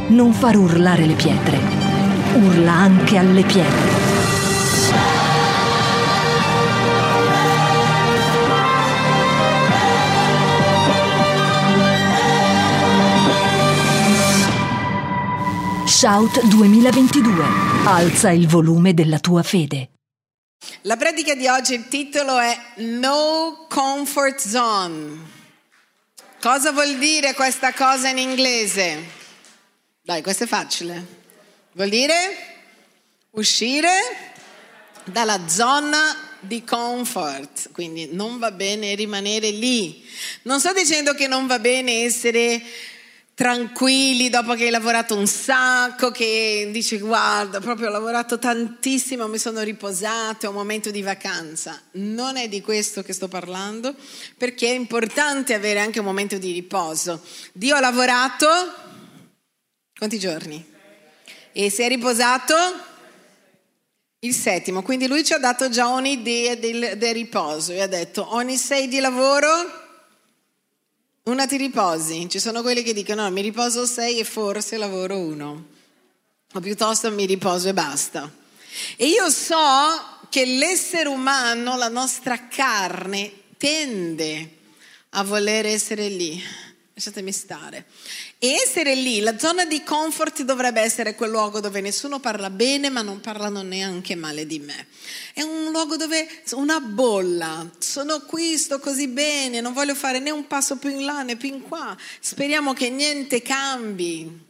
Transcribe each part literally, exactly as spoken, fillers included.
non far urlare le pietre, urla anche alle pietre. Shout duemilaventidue. Alza il volume della tua fede. La predica di oggi, il titolo è No Comfort Zone. Cosa vuol dire questa cosa in inglese? Dai, questo è facile. Vuol dire uscire dalla zona di comfort, quindi non va bene rimanere lì. Non sto dicendo che non va bene essere tranquilli dopo che hai lavorato un sacco, che dici guarda proprio ho lavorato tantissimo, mi sono riposato, è un momento di vacanza. Non è di questo che sto parlando, perché è importante avere anche un momento di riposo. Dio ha lavorato quanti giorni? E si è riposato il settimo, quindi lui ci ha dato già un'idea del, del riposo e ha detto ogni sei di lavoro una ti riposi. Ci sono quelli che dicono no, mi riposo sei e forse lavoro uno, o piuttosto mi riposo e basta. E io so che l'essere umano, la nostra carne, tende a voler essere lì. Lasciatemi stare. E essere lì, la zona di comfort dovrebbe essere quel luogo dove nessuno parla bene ma non parlano neanche male di me. È un luogo dove, una bolla, sono qui, sto così bene, non voglio fare né un passo più in là né più in qua, speriamo che niente cambi.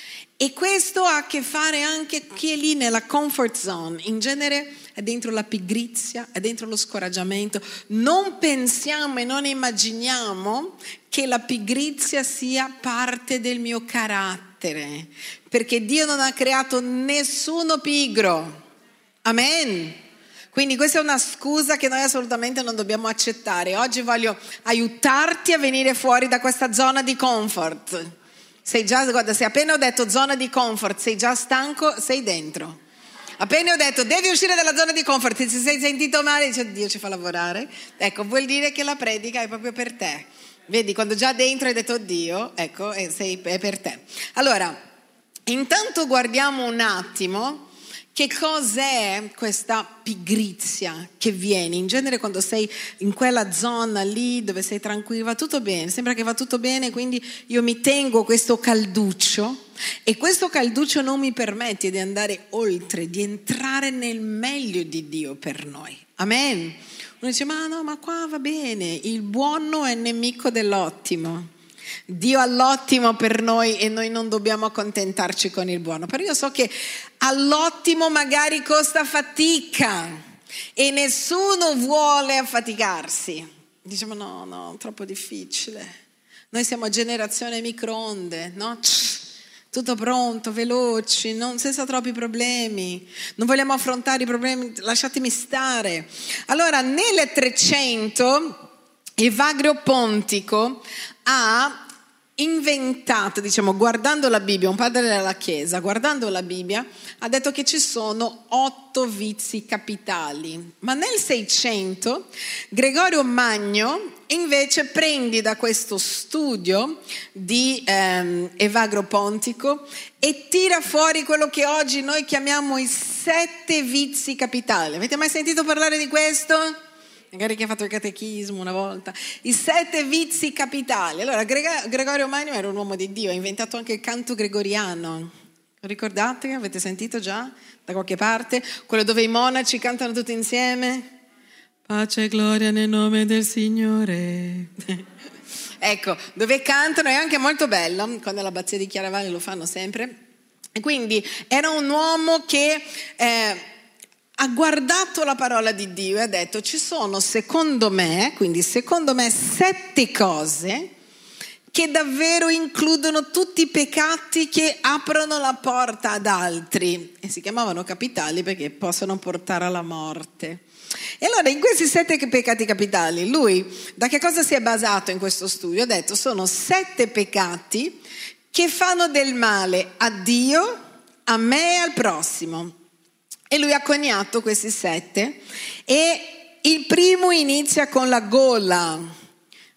E questo ha a che fare anche chi è lì nella comfort zone, in genere è dentro la pigrizia, è dentro lo scoraggiamento. Non pensiamo e non immaginiamo che la pigrizia sia parte del mio carattere, perché Dio non ha creato nessuno pigro. Amen. Quindi questa è una scusa che noi assolutamente non dobbiamo accettare. Oggi voglio aiutarti a venire fuori da questa zona di comfort. Sei già, guarda, se appena ho detto zona di comfort, sei già stanco, sei dentro. Appena ho detto devi uscire dalla zona di comfort, ti sei sentito male, dice Dio ci fa lavorare. Ecco, vuol dire che la predica è proprio per te. Vedi, quando già dentro hai detto Dio, ecco, è, sei, è per te. Allora, intanto guardiamo un attimo che cos'è questa pigrizia che viene. In genere quando sei in quella zona lì dove sei tranquillo, va tutto bene, sembra che va tutto bene, quindi io mi tengo questo calduccio e questo calduccio non mi permette di andare oltre, di entrare nel meglio di Dio per noi. Amen. Uno dice ma no, ma qua va bene, il buono è nemico dell'ottimo. Dio ha l'ottimo per noi e noi non dobbiamo accontentarci con il buono. Però io so che all'ottimo magari costa fatica e nessuno vuole affaticarsi. Diciamo no, no, troppo difficile. Noi siamo generazione microonde, no? Tutto pronto, veloci, non, senza troppi problemi. Non vogliamo affrontare i problemi, lasciatemi stare. Allora, nel trecento Evagrio Pontico ha inventato, diciamo, guardando la Bibbia, un padre della Chiesa, guardando la Bibbia, ha detto che ci sono otto vizi capitali. Ma nel seicento Gregorio Magno invece prende da questo studio di ehm, Evagrio Pontico e tira fuori quello che oggi noi chiamiamo i sette vizi capitali. Avete mai sentito parlare di questo? Magari chi ha fatto il catechismo una volta. I sette vizi capitali. Allora, Greg- Gregorio Magno era un uomo di Dio, ha inventato anche il canto gregoriano. Ricordate? Avete sentito già da qualche parte? Quello dove i monaci cantano tutti insieme. Pace e gloria nel nome del Signore. Ecco, dove cantano, è anche molto bello, quando all'abbazia di Chiaravalle lo fanno sempre. E quindi era un uomo che Eh, ha guardato la parola di Dio e ha detto ci sono secondo me, quindi secondo me sette cose che davvero includono tutti i peccati che aprono la porta ad altri e si chiamavano capitali perché possono portare alla morte. E allora in questi sette peccati capitali lui da che cosa si è basato in questo studio? Ha detto sono sette peccati che fanno del male a Dio, a me e al prossimo. E lui ha coniato questi sette e il primo inizia con la gola.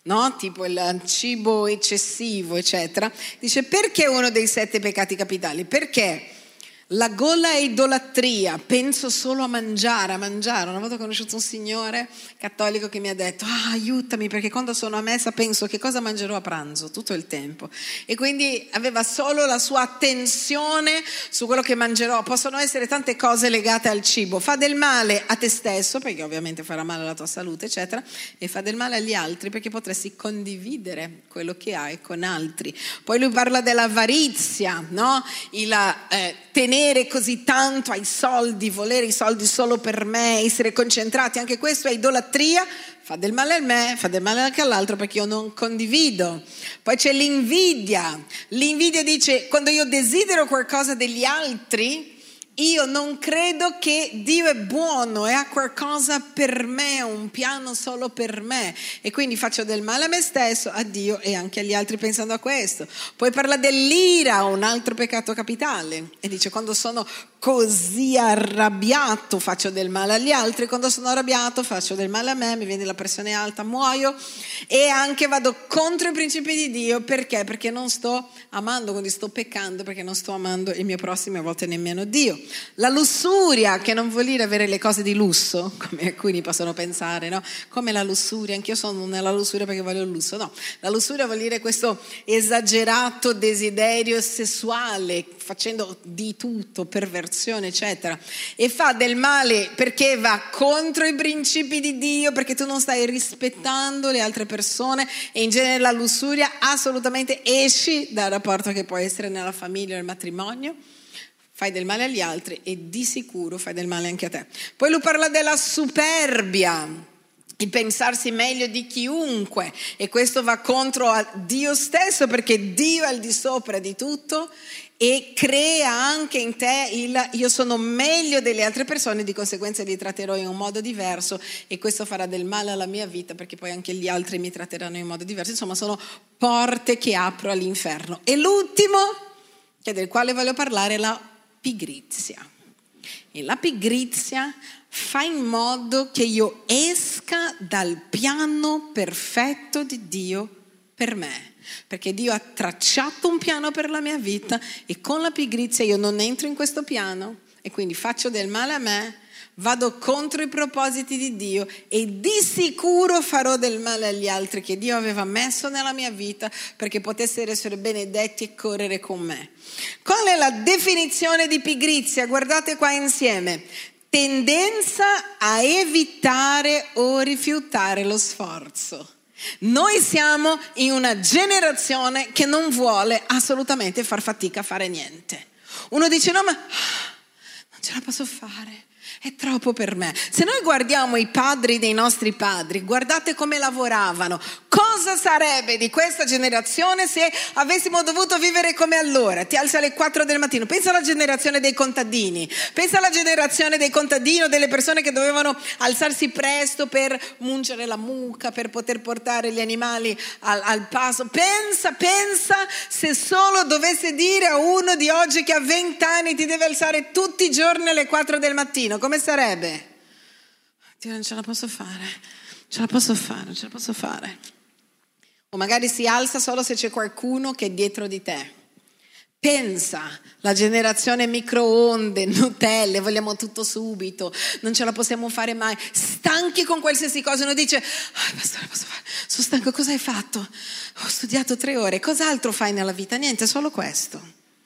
no? Tipo il cibo eccessivo, eccetera. Dice, perché uno dei sette peccati capitali? Perché la gola è idolatria, penso solo a mangiare, a mangiare. Una volta ho conosciuto un signore cattolico che mi ha detto, ah, aiutami, perché quando sono a messa penso che cosa mangerò a pranzo tutto il tempo. E quindi aveva solo la sua attenzione su quello che mangerò. Possono essere tante cose legate al cibo. Fa del male a te stesso, perché ovviamente farà male alla tua salute, eccetera, e fa del male agli altri, perché potresti condividere quello che hai con altri. Poi lui parla dell'avarizia, no? Il eh, tenere così tanto ai soldi, volere i soldi solo per me, essere concentrati, anche questo è idolatria, fa del male a me, fa del male anche all'altro perché io non condivido. Poi c'è l'invidia, l'invidia dice quando io desidero qualcosa degli altri, io non credo che Dio è buono e ha qualcosa per me, un piano solo per me, e quindi faccio del male a me stesso, a Dio e anche agli altri pensando a questo. Poi parla dell'ira, un altro peccato capitale, e dice quando sono così arrabbiato faccio del male agli altri, quando sono arrabbiato faccio del male a me, mi viene la pressione alta, muoio, e anche vado contro i principi di Dio. Perché? Perché non sto amando, quindi sto peccando perché non sto amando il mio prossimo e a volte nemmeno Dio. La lussuria, che non vuol dire avere le cose di lusso, come alcuni possono pensare, no? Come la lussuria, anch'io sono nella lussuria perché voglio il lusso. No, la lussuria vuol dire questo esagerato desiderio sessuale, facendo di tutto, perversione, eccetera, e fa del male perché va contro i principi di Dio, perché tu non stai rispettando le altre persone, e in genere la lussuria assolutamente esci dal rapporto che può essere nella famiglia o nel matrimonio. Fai del male agli altri e di sicuro fai del male anche a te. Poi lui parla della superbia, il pensarsi meglio di chiunque, e questo va contro a Dio stesso, perché Dio è al di sopra di tutto e crea anche in te il io sono meglio delle altre persone, di conseguenza li tratterò in un modo diverso e questo farà del male alla mia vita, perché poi anche gli altri mi tratteranno in modo diverso. Insomma, sono porte che apro all'inferno. E l'ultimo, che del quale voglio parlare, è la pigrizia. E la pigrizia fa in modo che io esca dal piano perfetto di Dio per me, perché Dio ha tracciato un piano per la mia vita e con la pigrizia io non entro in questo piano e quindi faccio del male a me, vado contro i propositi di Dio e di sicuro farò del male agli altri che Dio aveva messo nella mia vita perché potessero essere benedetti e correre con me. Qual è la definizione di pigrizia? Guardate qua insieme. Tendenza a evitare o rifiutare lo sforzo. Noi siamo in una generazione che non vuole assolutamente far fatica a fare niente. Uno dice no, ma non ce la posso fare, è troppo per me. Se noi guardiamo i padri dei nostri padri, guardate come lavoravano. Cosa sarebbe di questa generazione se avessimo dovuto vivere come allora? Ti alzi alle quattro del mattino. Pensa alla generazione dei contadini. Pensa alla generazione dei contadini o delle persone che dovevano alzarsi presto per mungere la mucca, per poter portare gli animali al, al pasto. Pensa, pensa se solo dovesse dire a uno di oggi che ha venti anni ti deve alzare tutti i giorni alle quattro del mattino. Come sarebbe? Dio, non ce la posso fare, ce la posso fare, ce la posso fare. O magari si alza solo se c'è qualcuno che è dietro di te. Pensa, la generazione microonde, Nutelle, vogliamo tutto subito, non ce la possiamo fare mai, stanchi con qualsiasi cosa. Uno dice, oh, pastore, posso fare? Sono stanco, cosa hai fatto? Ho studiato tre ore, cos'altro fai nella vita? Niente, solo questo.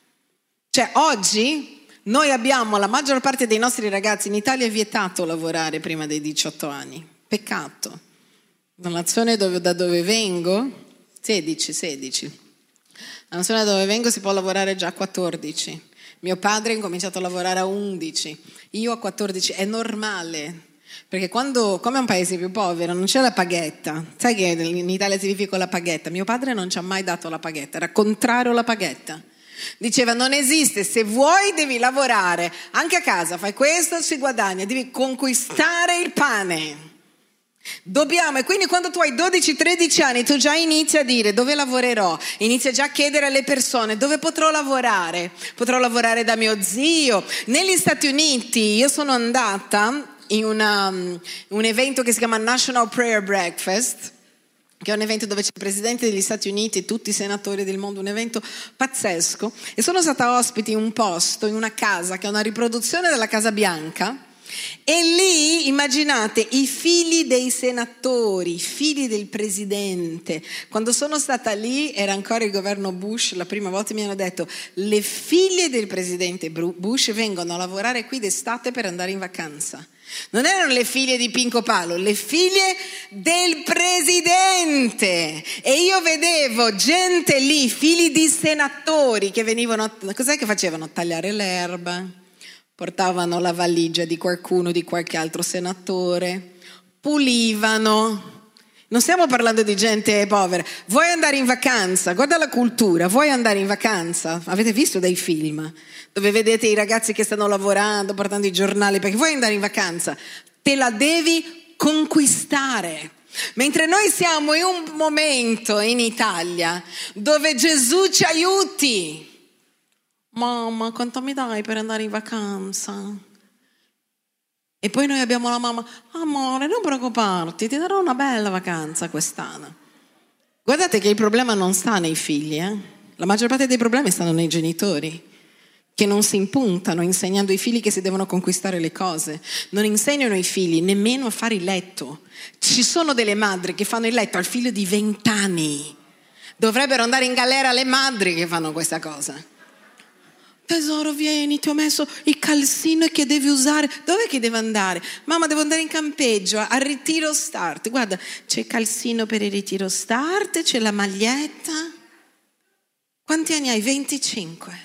Cioè oggi noi abbiamo, la maggior parte dei nostri ragazzi in Italia è vietato lavorare prima dei diciotto anni, peccato. Nella nazione dove, da dove vengo, sedici, sedici. Nella nazione da dove vengo si può lavorare già a quattordici. Mio padre ha incominciato a lavorare a undici, io a quattordici, è normale. Perché quando, come è un paese più povero, non c'è la paghetta. Sai che in Italia significa la paghetta? Mio padre non ci ha mai dato la paghetta, era contrario alla paghetta. Diceva non esiste, se vuoi devi lavorare, anche a casa fai questo, si guadagna, devi conquistare il pane. Dobbiamo, e quindi quando tu hai dodici tredici anni tu già inizi a dire dove lavorerò, inizi già a chiedere alle persone dove potrò lavorare, potrò lavorare da mio zio. Negli Stati Uniti io sono andata in una, un evento che si chiama National Prayer Breakfast che è un evento dove c'è il presidente degli Stati Uniti e tutti i senatori del mondo, un evento pazzesco, e sono stata ospite in un posto, in una casa che è una riproduzione della Casa Bianca, e lì immaginate i figli dei senatori, i figli del presidente. Quando sono stata lì era ancora il governo Bush, la prima volta mi hanno detto le figlie del presidente Bush vengono a lavorare qui d'estate per andare in vacanza. Non erano le figlie di Pinco Palo, le figlie del presidente. E io vedevo gente lì, figli di senatori che venivano, cos'è che facevano? Tagliare l'erba, portavano la valigia di qualcuno, di qualche altro senatore, pulivano. Non stiamo parlando di gente povera. Vuoi andare in vacanza? Guarda la cultura, vuoi andare in vacanza? Avete visto dei film dove vedete i ragazzi che stanno lavorando, portando i giornali, perché vuoi andare in vacanza? Te la devi conquistare. Mentre noi siamo in un momento in Italia dove Gesù ci aiuti. Mamma, quanto mi dai per andare in vacanza? E poi noi abbiamo la mamma, amore, non preoccuparti, ti darò una bella vacanza quest'anno. Guardate che il problema non sta nei figli, eh? La maggior parte dei problemi stanno nei genitori, che non si impuntano insegnando ai figli che si devono conquistare le cose. Non insegnano ai figli nemmeno a fare il letto. Ci sono delle madri che fanno il letto al figlio di vent'anni. Dovrebbero andare in galera le madri che fanno questa cosa. Tesoro, vieni, ti ho messo il calzino che devi usare. Dov'è che devo andare? Mamma, devo andare in campeggio, al ritiro start. Guarda, c'è il calzino per il ritiro start, c'è la maglietta. Quanti anni hai? venticinque.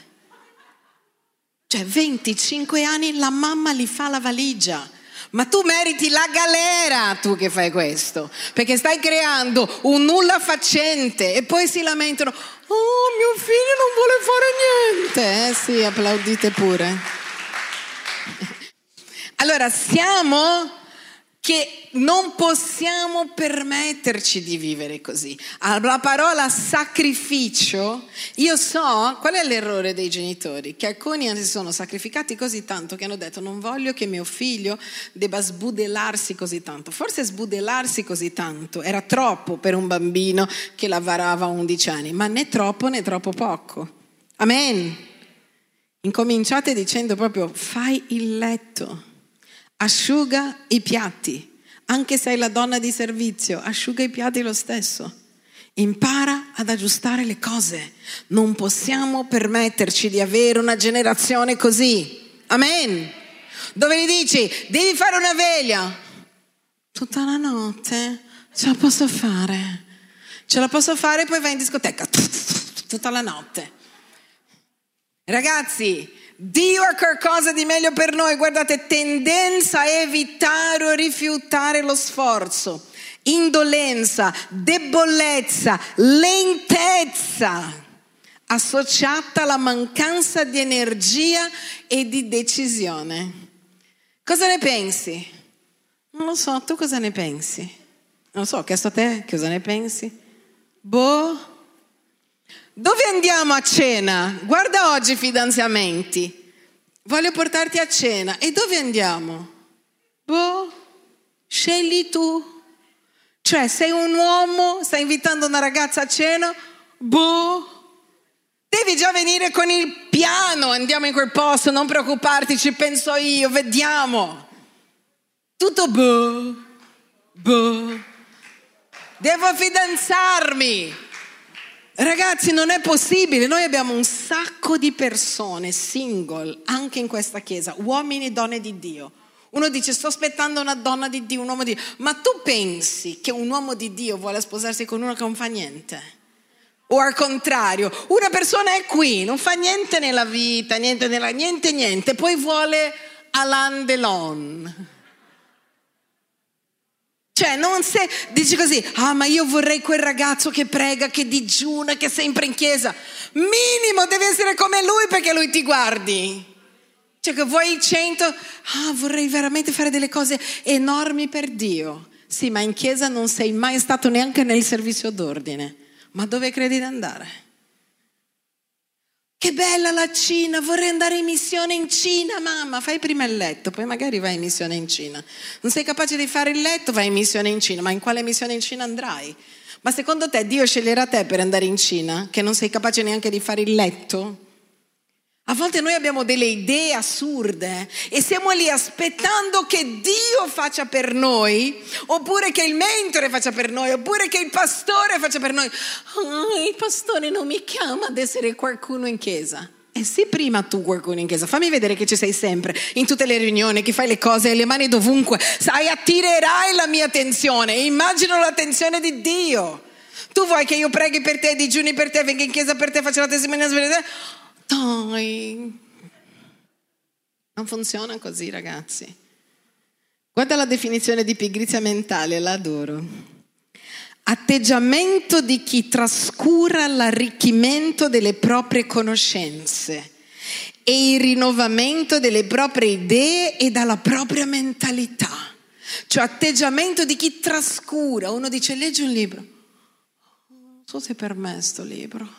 Cioè, venticinque anni la mamma li fa la valigia. Ma tu meriti la galera, tu che fai questo, perché stai creando un nulla facente e poi si lamentano, oh mio figlio non vuole fare niente. Eh sì, applaudite pure. Allora, siamo che non possiamo permetterci di vivere così. La parola sacrificio, io so qual è l'errore dei genitori, che alcuni si sono sacrificati così tanto che hanno detto non voglio che mio figlio debba sbudellarsi così tanto. Forse sbudellarsi così tanto era troppo per un bambino che lavorava a undici anni, ma né troppo né troppo poco. Amen. Incominciate dicendo proprio fai il letto. Asciuga i piatti, anche se sei la donna di servizio, asciuga i piatti lo stesso. Impara ad aggiustare le cose. Non possiamo permetterci di avere una generazione così. Amen. Dove gli dici, devi fare una veglia. Tutta la notte ce la posso fare. Ce la posso fare e poi vai in discoteca. Tutta la notte. Ragazzi, Dio ha qualcosa di meglio per noi. Guardate, tendenza a evitare o rifiutare lo sforzo, indolenza, debolezza, lentezza, associata alla mancanza di energia e di decisione. Cosa ne pensi? Non lo so, tu cosa ne pensi? Non lo so, ho chiesto a te cosa ne pensi? Boh. Dove andiamo a cena? Guarda oggi i fidanzamenti. Voglio portarti a cena. E dove andiamo? Boh, scegli tu. Cioè, sei un uomo, stai invitando una ragazza a cena? Boh, devi già venire con il piano. Andiamo in quel posto, non preoccuparti, ci penso io, vediamo. Tutto boh, boh. Devo fidanzarmi. Ragazzi, non è possibile. Noi abbiamo un sacco di persone single anche in questa chiesa, uomini e donne di Dio. Uno dice sto aspettando una donna di Dio, un uomo di Dio. Ma tu pensi che un uomo di Dio vuole sposarsi con uno che non fa niente? O al contrario, una persona è qui, non fa niente nella vita, niente nella niente niente, poi vuole Alain Delon. Cioè non se dici così, ah ma io vorrei quel ragazzo che prega, che digiuna, che è sempre in chiesa. Minimo devi essere come lui perché lui ti guardi. Cioè che vuoi cento, ah vorrei veramente fare delle cose enormi per Dio. Sì, ma in chiesa non sei mai stato neanche nel servizio d'ordine. Ma dove credi di andare? Che bella la Cina, vorrei andare in missione in Cina, mamma. Fai prima il letto, poi magari vai in missione in Cina. Non sei capace di fare il letto, vai in missione in Cina. Ma in quale missione in Cina andrai? Ma secondo te Dio sceglierà te per andare in Cina, che non sei capace neanche di fare il letto? A volte noi abbiamo delle idee assurde e siamo lì aspettando che Dio faccia per noi, oppure che il mentore faccia per noi, oppure che il pastore faccia per noi. Oh, il pastore non mi chiama ad essere qualcuno in chiesa. E sì, prima tu qualcuno in chiesa, fammi vedere che ci sei sempre, in tutte le riunioni, che fai le cose, hai le mani dovunque, sai, attirerai la mia attenzione, immagino l'attenzione di Dio. Tu vuoi che io preghi per te, digiuni per te, venga in chiesa per te, faccia la testimonianza per te? Dai, non funziona così, ragazzi. Guarda la definizione di pigrizia mentale, la adoro. Atteggiamento di chi trascura l'arricchimento delle proprie conoscenze e il rinnovamento delle proprie idee e dalla propria mentalità. Cioè atteggiamento di chi trascura. Uno dice leggi un libro, non so se per me sto libro.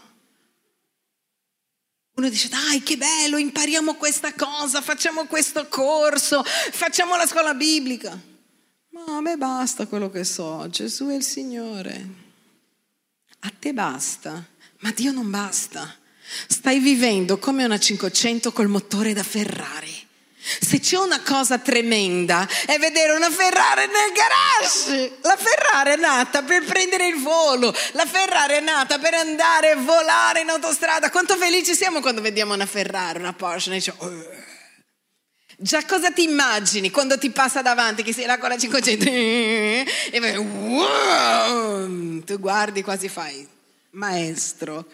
Uno dice dai che bello, impariamo questa cosa, facciamo questo corso, facciamo la scuola biblica. Ma a me basta quello che so, Gesù è il Signore. A te basta, ma a Dio non basta. Stai vivendo come una cinquecento col motore da Ferrari. Se c'è una cosa tremenda è vedere una Ferrari nel garage. La Ferrari è nata per prendere il volo, la Ferrari è nata per andare a volare in autostrada. Quanto felici siamo quando vediamo una Ferrari, una Porsche, e dice, oh. Già cosa ti immagini quando ti passa davanti che sei là con la cinquecento e vai, wow! Tu guardi quasi fai maestro.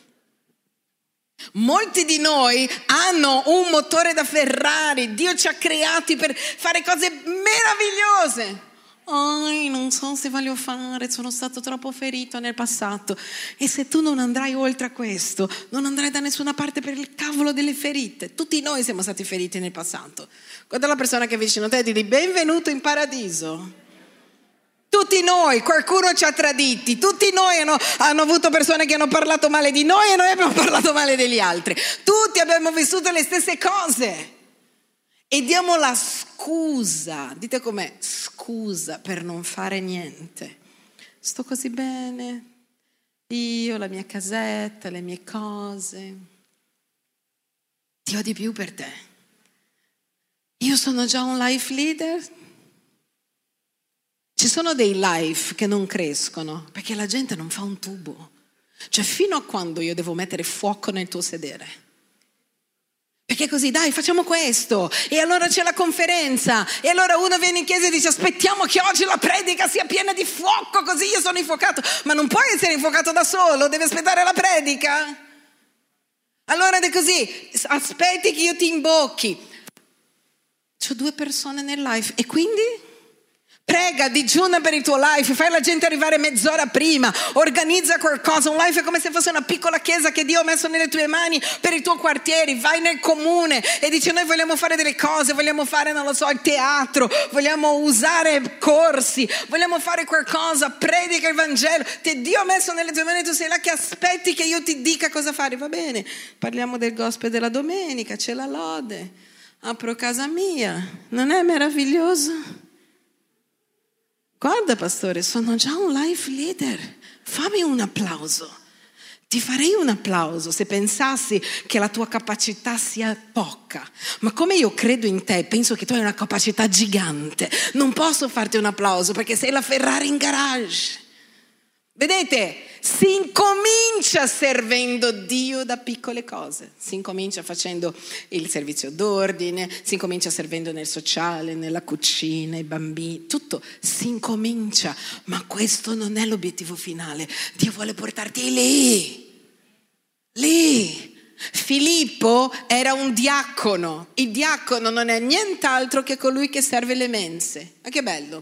Molti di noi hanno un motore da Ferrari, Dio ci ha creati per fare cose meravigliose. Oh, non so se voglio fare, sono stato troppo ferito nel passato. E se tu non andrai oltre a questo, non andrai da nessuna parte per il cavolo delle ferite. Tutti noi siamo stati feriti nel passato. Guarda la persona che è vicino a te e digli benvenuto in paradiso. Tutti noi, qualcuno ci ha traditi, tutti noi hanno, hanno avuto persone che hanno parlato male di noi e noi abbiamo parlato male degli altri. Tutti abbiamo vissuto le stesse cose e diamo la scusa, dite com'è, scusa per non fare niente. Sto così bene, io, la mia casetta, le mie cose. Dio ha di più per te. Io sono già un life leader. Ci sono dei life che non crescono perché la gente non fa un tubo. Cioè fino a quando io devo mettere fuoco nel tuo sedere? Perché così dai facciamo questo e allora c'è la conferenza e allora uno viene in chiesa e dice aspettiamo che oggi la predica sia piena di fuoco così io sono infuocato. Ma non puoi essere infuocato da solo, devi aspettare la predica. Allora è così, aspetti che io ti imbocchi. C'ho due persone nel live e quindi? Prega, digiuna per il tuo life, fai la gente arrivare mezz'ora prima, organizza qualcosa. Un life è come se fosse una piccola chiesa che Dio ha messo nelle tue mani per i tuoi quartieri. Vai nel comune e dici noi vogliamo fare delle cose, vogliamo fare, non lo so, il teatro, vogliamo usare corsi, vogliamo fare qualcosa, predica il Vangelo. Te Dio ha messo nelle tue mani e tu sei là che aspetti che io ti dica cosa fare. Va bene, parliamo del gospel della domenica, c'è la lode, apro casa mia, non è meraviglioso? Guarda pastore, sono già un life leader, fammi un applauso. Ti farei un applauso se pensassi che la tua capacità sia poca. Ma come io credo in te, penso che tu hai una capacità gigante. Non posso farti un applauso perché sei la Ferrari in garage. Vedete, si incomincia servendo Dio da piccole cose. Si incomincia facendo il servizio d'ordine, si incomincia servendo nel sociale, nella cucina, i bambini, tutto si incomincia. Ma questo non è l'obiettivo finale. Dio vuole portarti lì, lì. Filippo era un diacono. Il diacono non è nient'altro che colui che serve le mense. Ma che bello.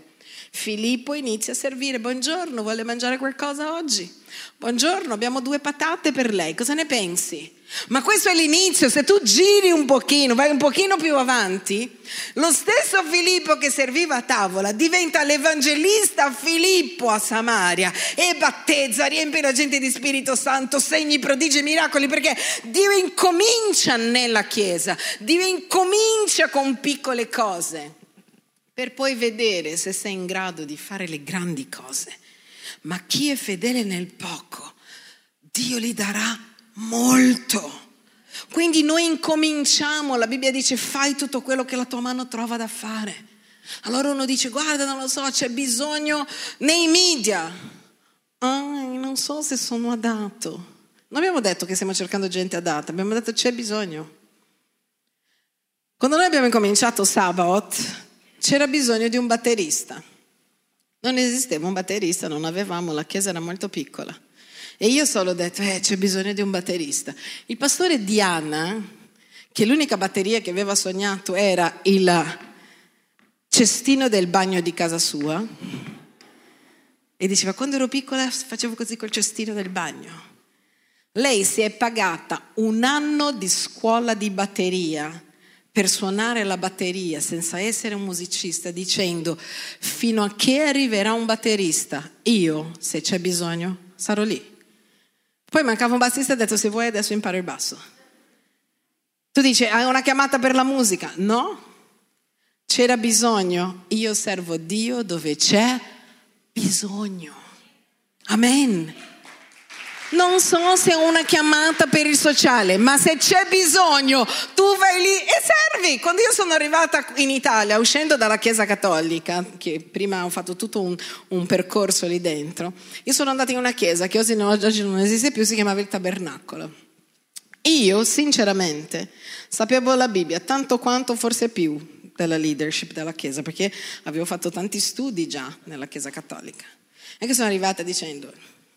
Filippo inizia a servire. Buongiorno, vuole mangiare qualcosa oggi? Buongiorno, abbiamo due patate per lei, cosa ne pensi? Ma questo è l'inizio. Se tu giri un pochino, vai un pochino più avanti, lo stesso Filippo che serviva a tavola diventa l'evangelista Filippo a Samaria e battezza, riempie la gente di Spirito Santo, segni, prodigi e miracoli, perché Dio incomincia nella Chiesa, Dio incomincia con piccole cose per poi vedere se sei in grado di fare le grandi cose. Ma chi è fedele nel poco, Dio gli darà molto. Quindi noi incominciamo, la Bibbia dice fai tutto quello che la tua mano trova da fare. Allora uno dice guarda, non lo so, c'è bisogno nei media. Ah, non so se sono adatto. Non abbiamo detto che stiamo cercando gente adatta, abbiamo detto c'è bisogno. Quando noi abbiamo incominciato Sabaoth c'era bisogno di un batterista. Non esisteva un batterista, non avevamo, la chiesa era molto piccola. E io solo ho detto, eh, c'è bisogno di un batterista. Il pastore Diana, che l'unica batteria che aveva sognato era il cestino del bagno di casa sua, e diceva, quando ero piccola facevo così col cestino del bagno. Lei si è pagata un anno di scuola di batteria per suonare la batteria senza essere un musicista, dicendo, fino a che arriverà un batterista, io, se c'è bisogno, sarò lì. Poi mancava un bassista e ha detto, se vuoi adesso imparo il basso. Tu dici, hai una chiamata per la musica? No, c'era bisogno, io servo Dio dove c'è bisogno. Amen. Non so se ho una chiamata per il sociale, ma se c'è bisogno, tu vai lì e servi. Quando io sono arrivata in Italia, uscendo dalla Chiesa Cattolica, che prima ho fatto tutto un, un percorso lì dentro, io sono andata in una chiesa che oggi non, oggi non esiste più, si chiamava il Tabernacolo. Io, sinceramente, sapevo la Bibbia tanto quanto forse più della leadership della Chiesa, perché avevo fatto tanti studi già nella Chiesa Cattolica. E che sono arrivata dicendo...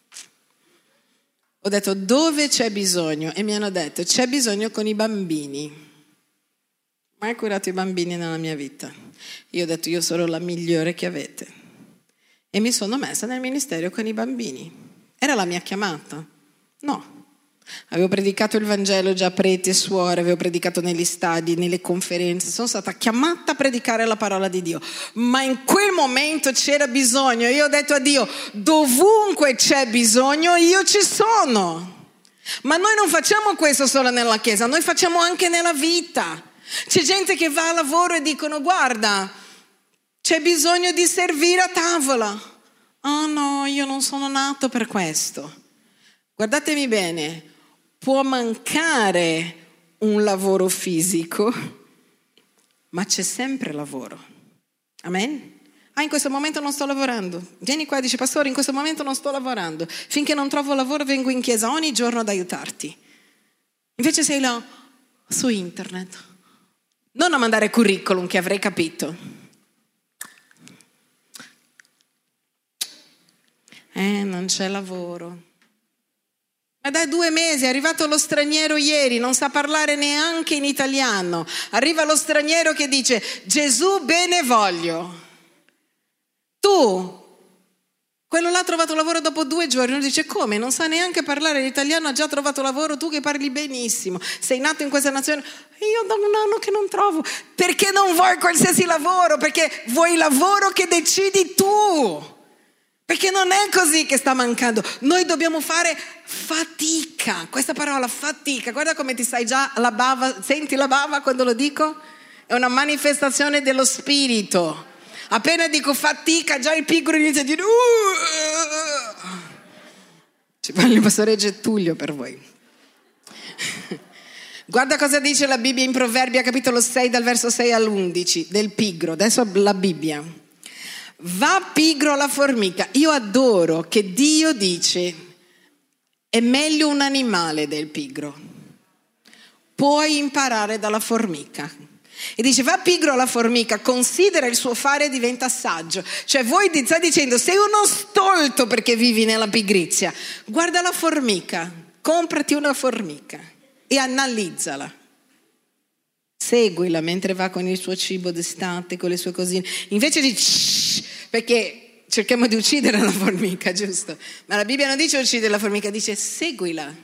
Ho detto dove c'è bisogno e mi hanno detto c'è bisogno con i bambini. Mai curato i bambini nella mia vita. Io ho detto io sarò la migliore che avete. E mi sono messa nel ministero con i bambini. Era la mia chiamata? No. Avevo predicato il Vangelo già a preti e suore, avevo predicato negli stadi, nelle conferenze, sono stata chiamata a predicare la parola di Dio, ma in quel momento c'era bisogno, io ho detto a Dio, dovunque c'è bisogno io ci sono. Ma noi non facciamo questo solo nella chiesa, noi facciamo anche nella vita. C'è gente che va a lavoro e dicono, guarda, c'è bisogno di servire a tavola. Oh no, io non sono nato per questo. Guardatemi bene, può mancare un lavoro fisico, ma c'è sempre lavoro. Amen? Ah, in questo momento non sto lavorando. Vieni qua e dici, pastore, in questo momento non sto lavorando. Finché non trovo lavoro vengo in chiesa ogni giorno ad aiutarti. Invece sei là su internet. Non a mandare curriculum, che avrei capito. Eh, non c'è lavoro. Ma da due mesi è arrivato lo straniero ieri, non sa parlare neanche in italiano. Arriva lo straniero che dice, Gesù bene voglio. Tu, quello là ha trovato lavoro dopo due giorni, uno dice, come? Non sa neanche parlare l'italiano, ha già trovato lavoro, tu che parli benissimo. Sei nato in questa nazione, io da un anno che non trovo. Perché non vuoi qualsiasi lavoro? Perché vuoi il lavoro che decidi tu. Perché non è così che sta mancando. Noi dobbiamo fare fatica. Questa parola fatica, guarda come ti sai già la bava, senti la bava quando lo dico? È una manifestazione dello spirito. Appena dico fatica, già il piccolo inizia a dire uh! Ci parla il pastore Getulio per voi. Guarda cosa dice la Bibbia in Proverbi, capitolo sei, dal verso sei all'undici, del pigro. Adesso la Bibbia. Va pigro la formica. Io adoro che Dio dice è meglio un animale del pigro. Puoi imparare dalla formica. E dice va pigro la formica, considera il suo fare e diventa saggio. Cioè voi stai dicendo sei uno stolto perché vivi nella pigrizia. Guarda la formica, comprati una formica e analizzala. Seguila mentre va con il suo cibo d'estate, con le sue cosine. Invece di shh, Perché cerchiamo di uccidere la formica, giusto? Ma la Bibbia non dice uccidere la formica, dice seguila.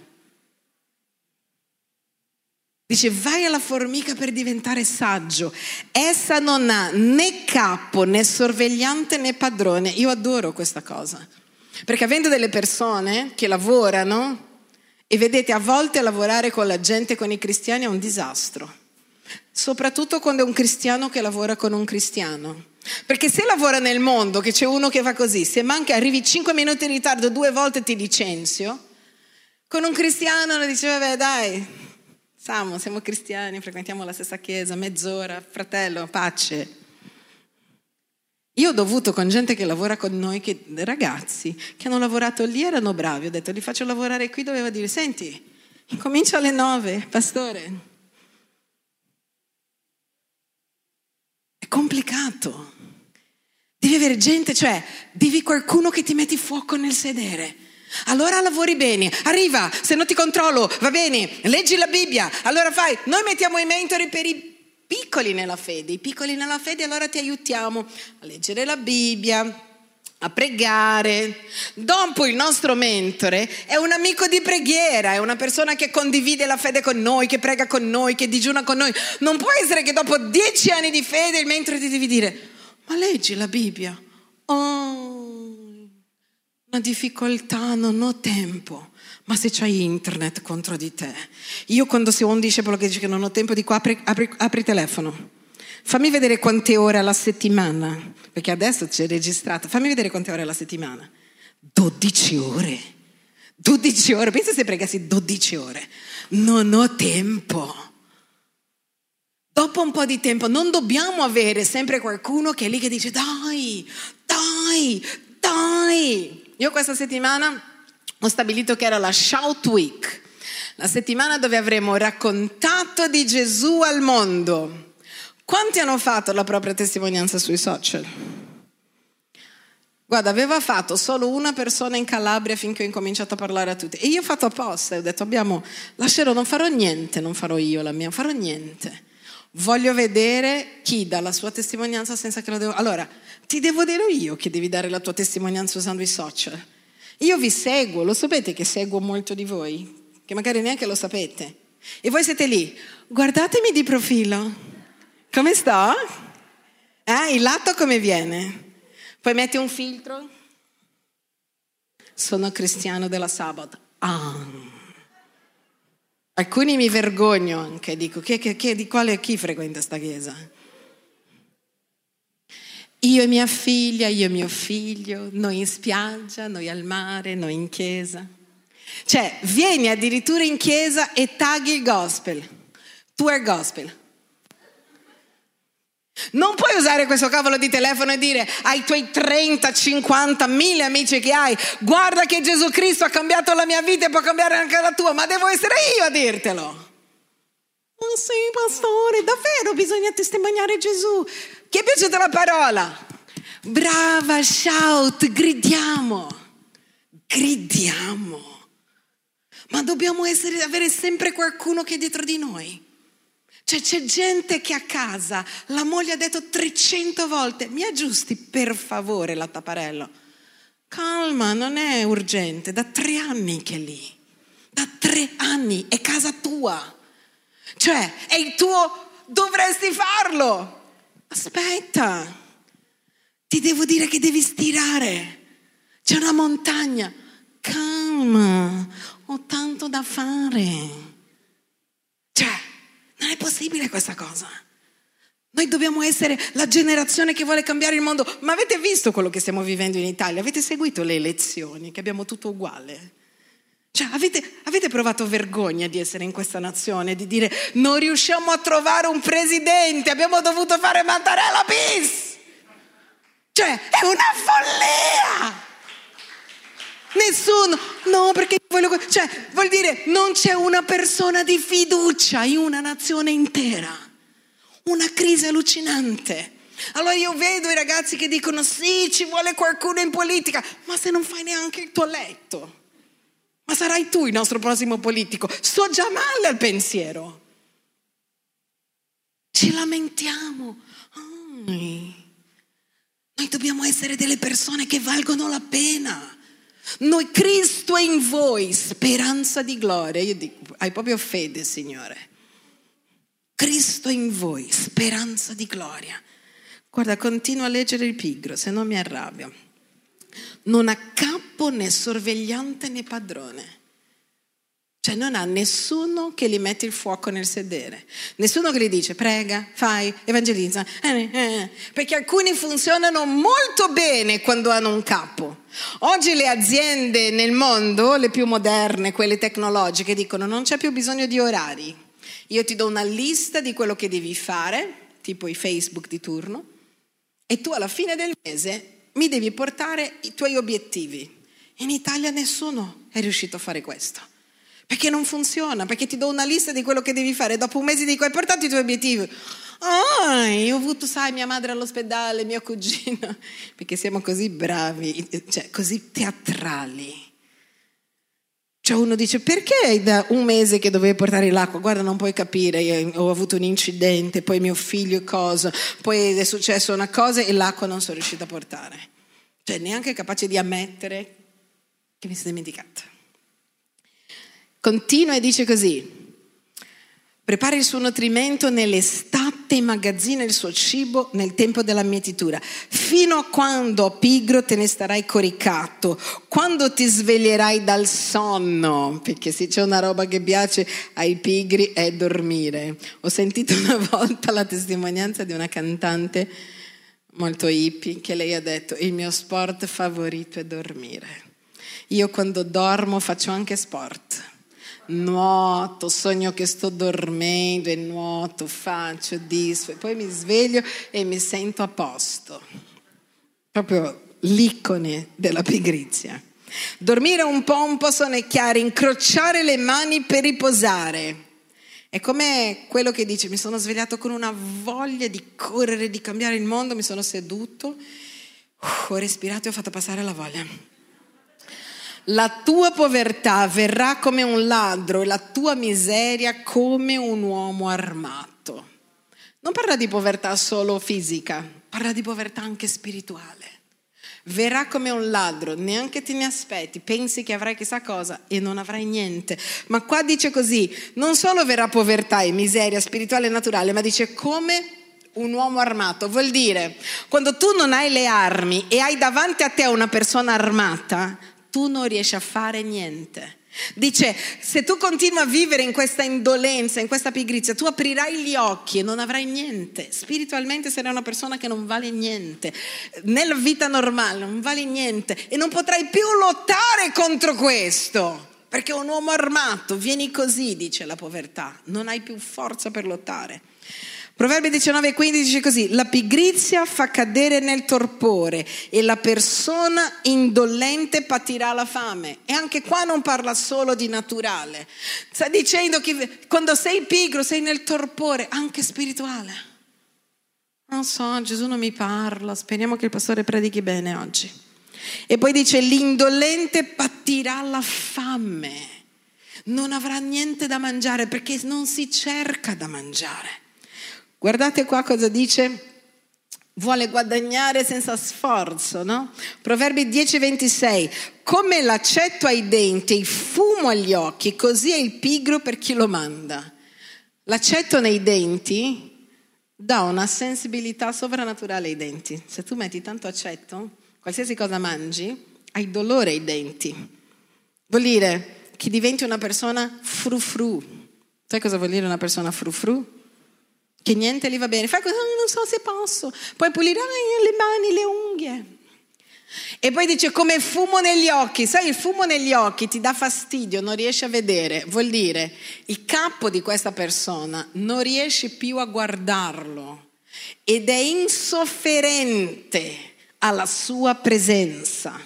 Dice vai alla formica per diventare saggio. Essa non ha né capo, né sorvegliante, né padrone. Io adoro questa cosa. Perché avendo delle persone che lavorano, e vedete a volte lavorare con la gente, con i cristiani è un disastro. Soprattutto quando è un cristiano che lavora con un cristiano. Perché se lavora nel mondo, che c'è uno che fa così, se manca, arrivi cinque minuti in ritardo, due volte ti licenzio, con un cristiano uno dice vabbè dai, Siamo, siamo cristiani, frequentiamo la stessa chiesa, mezz'ora, fratello, pace. Io ho dovuto con gente che lavora con noi, che, ragazzi che hanno lavorato lì erano bravi, ho detto li faccio lavorare qui, doveva dire senti, incomincio alle nove, pastore. È complicato. Devi avere gente, cioè devi qualcuno che ti metti fuoco nel sedere. Allora lavori bene, arriva, se non ti controllo, va bene, leggi la Bibbia, allora fai, noi mettiamo i mentori per i piccoli nella fede, i piccoli nella fede allora ti aiutiamo a leggere la Bibbia, a pregare. Dopo il nostro mentore è un amico di preghiera, è una persona che condivide la fede con noi, che prega con noi, che digiuna con noi. Non può essere che dopo dieci anni di fede il mentore ti devi dire, ma leggi la Bibbia, oh... Una difficoltà, non ho tempo. Ma se c'hai internet contro di te. Io quando se un discepolo che dice che non ho tempo dico apri, apri, apri il telefono. Fammi vedere quante ore alla settimana. Perché adesso c'è registrato. Fammi vedere quante ore alla settimana. dodici ore. dodici ore. Pensa se pregassi dodici ore. Non ho tempo. Dopo un po' di tempo non dobbiamo avere sempre qualcuno che è lì che dice dai, dai, dai. Io questa settimana ho stabilito che era la Shout Week, la settimana dove avremo raccontato di Gesù al mondo. Quanti hanno fatto la propria testimonianza sui social? Guarda, aveva fatto solo una persona in Calabria finché ho incominciato a parlare a tutti. E io ho fatto apposta, ho detto abbiamo, lascerò, non farò niente, non farò io la mia, non farò niente. Voglio vedere chi dà la sua testimonianza senza che lo devo... Allora, ti devo dire io che devi dare la tua testimonianza usando i social. Io vi seguo, lo sapete che seguo molto di voi, che magari neanche lo sapete. E voi siete lì, guardatemi di profilo. Come sto? Eh, il lato come viene? Poi metti un filtro. Sono cristiano della Sabbath. Ah... Alcuni mi vergogno anche, dico, che, che, che, di quale, chi frequenta sta chiesa? Io e mia figlia, io e mio figlio, noi in spiaggia, noi al mare, noi in chiesa. Cioè, vieni addirittura in chiesa e tagli il gospel, tuo gospel. Non puoi usare questo cavolo di telefono e dire ai tuoi trenta, cinquanta, mille amici che hai, guarda che Gesù Cristo ha cambiato la mia vita e può cambiare anche la tua, ma devo essere io a dirtelo. Oh sì, pastore, davvero bisogna testimoniare Gesù. Chi è piaciuta la parola? Brava, shout, gridiamo, gridiamo. Ma dobbiamo essere, avere sempre qualcuno che è dietro di noi. Cioè c'è gente che a casa, la moglie ha detto trecento volte, mi aggiusti per favore la tapparello. Calma, non è urgente, da tre anni che è lì, da tre anni, è casa tua. Cioè è il tuo, dovresti farlo. Aspetta, ti devo dire che devi stirare, c'è una montagna. Calma, ho tanto da fare. Cioè, non è possibile questa cosa. Noi dobbiamo essere la generazione che vuole cambiare il mondo. Ma avete visto quello che stiamo vivendo in Italia? Avete seguito le elezioni, che abbiamo tutto uguale? Cioè, avete, avete provato vergogna di essere in questa nazione, di dire non riusciamo a trovare un presidente, abbiamo dovuto fare Mattarella bis. Cioè, è una follia. Nessuno, no perché voglio, cioè vuol dire non c'è una persona di fiducia in una nazione intera, una crisi allucinante. Allora io vedo i ragazzi che dicono sì ci vuole qualcuno in politica, ma se non fai neanche il tuo letto, ma sarai tu il nostro prossimo politico? Sto già male al pensiero, ci lamentiamo. Ai. Noi dobbiamo essere delle persone che valgono la pena. Noi, Cristo è in voi, speranza di gloria. Io dico, hai proprio fede, Signore. Cristo in voi, speranza di gloria. Guarda, continuo a leggere il pigro, se no mi arrabbio. Non ha capo né sorvegliante né padrone. Cioè non ha nessuno che gli mette il fuoco nel sedere. Nessuno che gli dice prega, fai, evangelizza. Eh, eh. Perché alcuni funzionano molto bene quando hanno un capo. Oggi le aziende nel mondo, le più moderne, quelle tecnologiche, dicono non c'è più bisogno di orari. Io ti do una lista di quello che devi fare, tipo i Facebook di turno, e tu alla fine del mese mi devi portare i tuoi obiettivi. In Italia nessuno è riuscito a fare questo. Perché non funziona, perché ti do una lista di quello che devi fare, dopo un mese dico hai portato i tuoi obiettivi. Ah, io ho avuto, sai, mia madre all'ospedale, mio cugino, perché siamo così bravi, cioè così teatrali. Cioè uno dice perché è da un mese che dovevi portare l'acqua? Guarda, non puoi capire, io ho avuto un incidente, poi mio figlio cosa, poi è successa una cosa e l'acqua non sono riuscita a portare. Cioè neanche capace di ammettere che mi sono dimenticata. Continua e dice così: prepara il suo nutrimento nell'estate, immagazzina il suo cibo nel tempo della mietitura, fino a quando, pigro, te ne starai coricato, quando ti sveglierai dal sonno, perché se c'è una roba che piace ai pigri è dormire. Ho sentito una volta la testimonianza di una cantante molto hippie che lei ha detto il mio sport favorito è dormire. Io quando dormo faccio anche sport. Nuoto, sogno che sto dormendo e nuoto, faccio, disfo, e poi mi sveglio e mi sento a posto. Proprio l'icone della pigrizia. Dormire un po', un po' sonnecchiare, incrociare le mani per riposare. È come quello che dice: mi sono svegliato con una voglia di correre, di cambiare il mondo, mi sono seduto, ho respirato e ho fatto passare la voglia. La tua povertà verrà come un ladro e la tua miseria come un uomo armato. Non parla di povertà solo fisica, parla di povertà anche spirituale. Verrà come un ladro, neanche te ne aspetti, pensi che avrai chissà cosa e non avrai niente. Ma qua dice così, non solo verrà povertà e miseria spirituale e naturale, ma dice come un uomo armato. Vuol dire, quando tu non hai le armi e hai davanti a te una persona armata, tu non riesci a fare niente. Dice, se tu continui a vivere in questa indolenza, in questa pigrizia, tu aprirai gli occhi e non avrai niente. Spiritualmente sarai una persona che non vale niente. Nella vita normale non vale niente e non potrai più lottare contro questo. Perché un uomo armato, vieni così, dice la povertà, non hai più forza per lottare. Proverbi diciannove quindici dice così: la pigrizia fa cadere nel torpore e la persona indolente patirà la fame. E anche qua non parla solo di naturale, sta dicendo che quando sei pigro sei nel torpore anche spirituale. Non so, Gesù non mi parla, speriamo che il pastore predichi bene oggi. E poi dice l'indolente patirà la fame, non avrà niente da mangiare perché non si cerca da mangiare. Guardate qua cosa dice, vuole guadagnare senza sforzo, no? Proverbi dieci ventisei, come l'aceto ai denti e il fumo agli occhi, così è il pigro per chi lo manda. L'aceto nei denti dà una sensibilità sovrannaturale ai denti. Se tu metti tanto aceto, qualsiasi cosa mangi, hai dolore ai denti. Vuol dire che diventi una persona frufru. Sai cosa vuol dire una persona frufru? Che niente gli va bene, fai cosa, non so se posso, poi pulire le mani, le unghie. E poi dice come fumo negli occhi, sai il fumo negli occhi ti dà fastidio, non riesci a vedere, vuol dire il capo di questa persona non riesci più a guardarlo ed è insofferente alla sua presenza.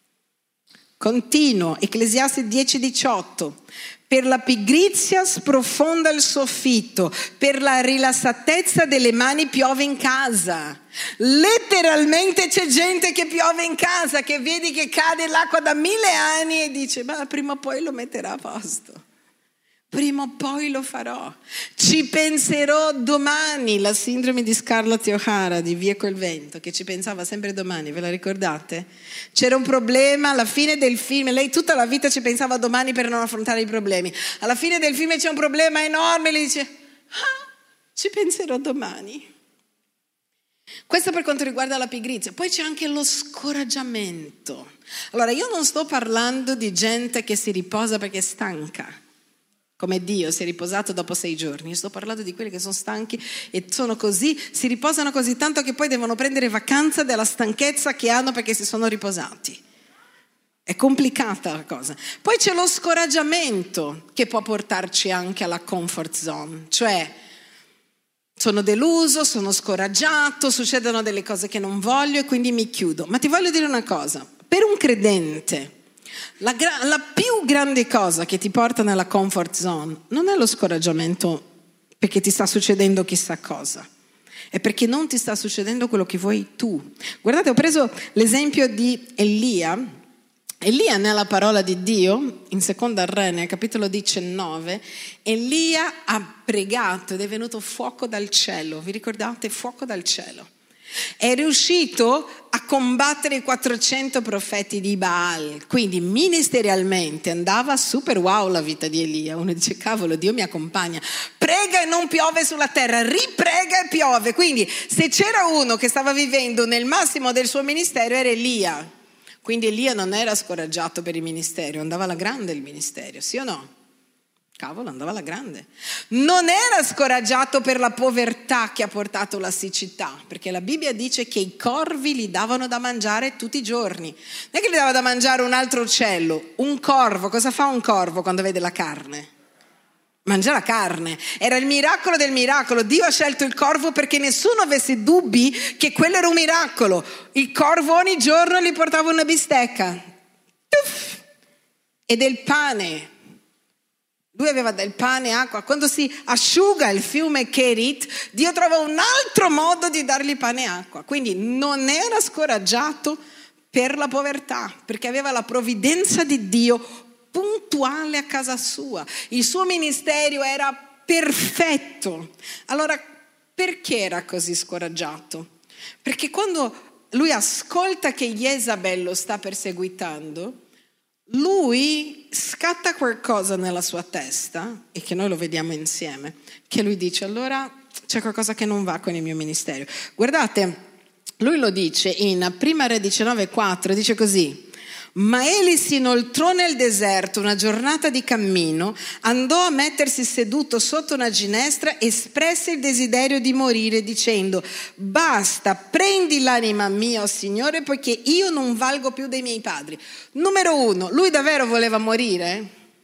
Continuo, Ecclesiastes dieci diciotto. Per la pigrizia sprofonda il soffitto, per la rilassatezza delle mani piove in casa. Letteralmente c'è gente che piove in casa, che vedi che cade l'acqua da mille anni e dice ma prima o poi lo metterà a posto. Prima o poi lo farò. Ci penserò domani. La sindrome di Scarlett O'Hara di Via col vento, che ci pensava sempre domani, ve la ricordate? C'era un problema alla fine del film, lei tutta la vita ci pensava domani per non affrontare i problemi. Alla fine del film c'è un problema enorme, lei dice ah, ci penserò domani. Questo per quanto riguarda la pigrizia. Poi c'è anche lo scoraggiamento. Allora, io non sto parlando di gente che si riposa perché è stanca, come Dio si è riposato dopo sei giorni. Io sto parlando di quelli che sono stanchi e sono così, si riposano così tanto che poi devono prendere vacanza della stanchezza che hanno perché si sono riposati. È complicata la cosa. Poi c'è lo scoraggiamento che può portarci anche alla comfort zone, cioè sono deluso, sono scoraggiato, succedono delle cose che non voglio e quindi mi chiudo. Ma ti voglio dire una cosa, per un credente La, gra- la più grande cosa che ti porta nella comfort zone non è lo scoraggiamento perché ti sta succedendo chissà cosa, è perché non ti sta succedendo quello che vuoi tu. Guardate, ho preso l'esempio di Elia. Elia, nella parola di Dio, in seconda Re, nel capitolo diciannove, Elia ha pregato ed è venuto fuoco dal cielo. Vi ricordate? Fuoco dal cielo. È riuscito a combattere i quattrocento profeti di Baal, quindi ministerialmente andava super wow la vita di Elia. Uno dice cavolo, Dio mi accompagna, prega e non piove sulla terra, riprega e piove. Quindi se c'era uno che stava vivendo nel massimo del suo ministero era Elia. Quindi Elia non era scoraggiato per il ministero, andava alla grande il ministero, sì o no? Cavolo, andava alla grande. Non era scoraggiato per la povertà che ha portato la siccità, perché la Bibbia dice che i corvi gli davano da mangiare tutti i giorni. Non è che gli dava da mangiare un altro uccello, un corvo. Cosa fa un corvo quando vede la carne? Mangia la carne. Era il miracolo del miracolo. Dio ha scelto il corvo perché nessuno avesse dubbi che quello era un miracolo. Il corvo ogni giorno gli portava una bistecca. Tuff! E del pane. Lui aveva del pane e acqua. Quando si asciuga il fiume Kerit, Dio trova un altro modo di dargli pane e acqua. Quindi non era scoraggiato per la povertà, perché aveva la provvidenza di Dio puntuale a casa sua. Il suo ministero era perfetto. Allora, perché era così scoraggiato? Perché quando lui ascolta che Jezabel lo sta perseguitando, lui scatta qualcosa nella sua testa, e che noi lo vediamo insieme, che lui dice allora c'è qualcosa che non va con il mio ministero. Guardate, lui lo dice in Prima Re diciannove quattro, dice così: ma egli si inoltrò nel deserto una giornata di cammino, andò a mettersi seduto sotto una ginestra, espresse il desiderio di morire dicendo: basta, prendi l'anima mia, o Signore, poiché io non valgo più dei miei padri. Numero uno, lui davvero voleva morire?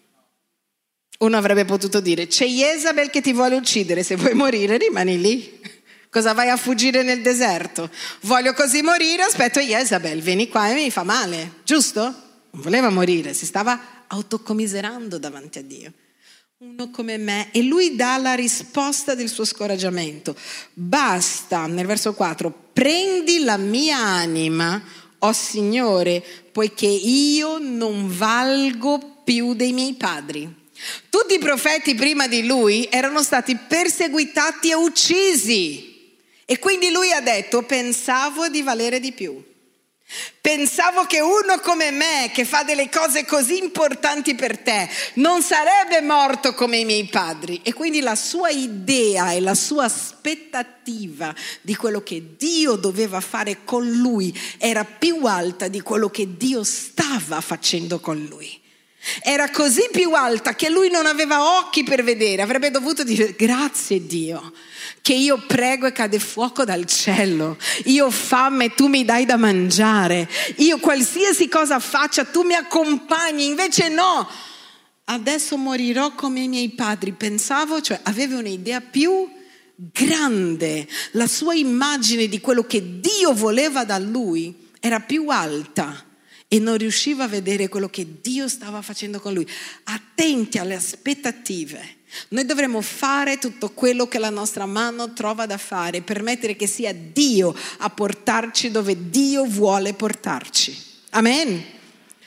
Uno avrebbe potuto dire: c'è Jezabel che ti vuole uccidere, se vuoi morire rimani lì. Cosa vai a fuggire nel deserto? Voglio così morire, aspetto Jezabel, vieni qua e mi fa male, giusto? Non voleva morire, si stava autocommiserando davanti a Dio. Uno come me, e lui dà la risposta del suo scoraggiamento. Basta, nel verso quattro, prendi la mia anima, o Signore, poiché io non valgo più dei miei padri. Tutti i profeti prima di lui erano stati perseguitati e uccisi. E quindi lui ha detto: pensavo di valere di più. Pensavo che uno come me, che fa delle cose così importanti per te, non sarebbe morto come i miei padri. E quindi la sua idea e la sua aspettativa di quello che Dio doveva fare con lui era più alta di quello che Dio stava facendo con lui. Era così più alta che lui non aveva occhi per vedere. Avrebbe dovuto dire: grazie Dio che io prego e cade fuoco dal cielo, io ho fame, tu mi dai da mangiare, io qualsiasi cosa faccia tu mi accompagni. Invece no, adesso morirò come i miei padri. Pensavo, cioè aveva un'idea più grande, la sua immagine di quello che Dio voleva da lui era più alta e non riusciva a vedere quello che Dio stava facendo con lui. Attenti alle aspettative. Noi dovremmo fare tutto quello che la nostra mano trova da fare, permettere che sia Dio a portarci dove Dio vuole portarci. Amen.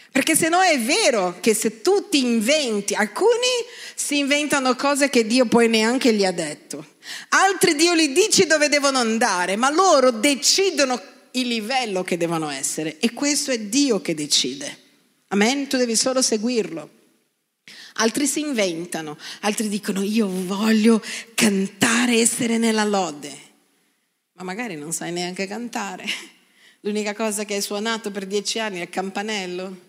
Perché se no è vero che se tu ti inventi, alcuni si inventano cose che Dio poi neanche gli ha detto, altri Dio gli dice dove devono andare, ma loro decidono il livello che devono essere, e questo è Dio che decide. Amen? Tu devi solo seguirlo. Altri si inventano, altri dicono io voglio cantare, essere nella lode, ma magari non sai neanche cantare. L'unica cosa che hai suonato per dieci anni è il campanello.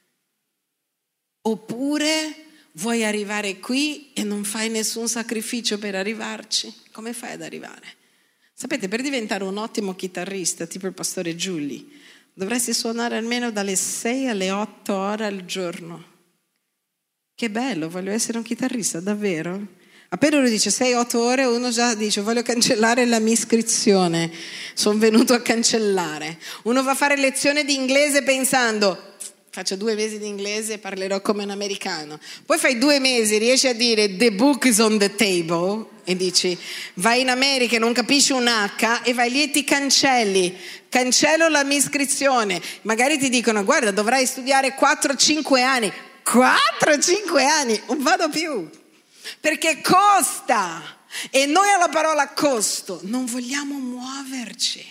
Oppure vuoi arrivare qui e non fai nessun sacrificio per arrivarci? Come fai ad arrivare? Sapete, per diventare un ottimo chitarrista, tipo il pastore Giulli, dovresti suonare almeno dalle sei alle otto ore al giorno. Che bello, voglio essere un chitarrista, davvero? Appena uno dice sei otto ore, uno già dice voglio cancellare la mia iscrizione, sono venuto a cancellare. Uno va a fare lezione di inglese pensando faccio due mesi di inglese e parlerò come un americano. Poi fai due mesi, riesci a dire the book is on the table e dici vai in America e non capisci un H e vai lì e ti cancelli. Cancello la mia iscrizione. Magari ti dicono guarda dovrai studiare quattro cinque anni. quattro cinque anni, non vado più. Perché costa. E noi alla parola costo non vogliamo muoverci.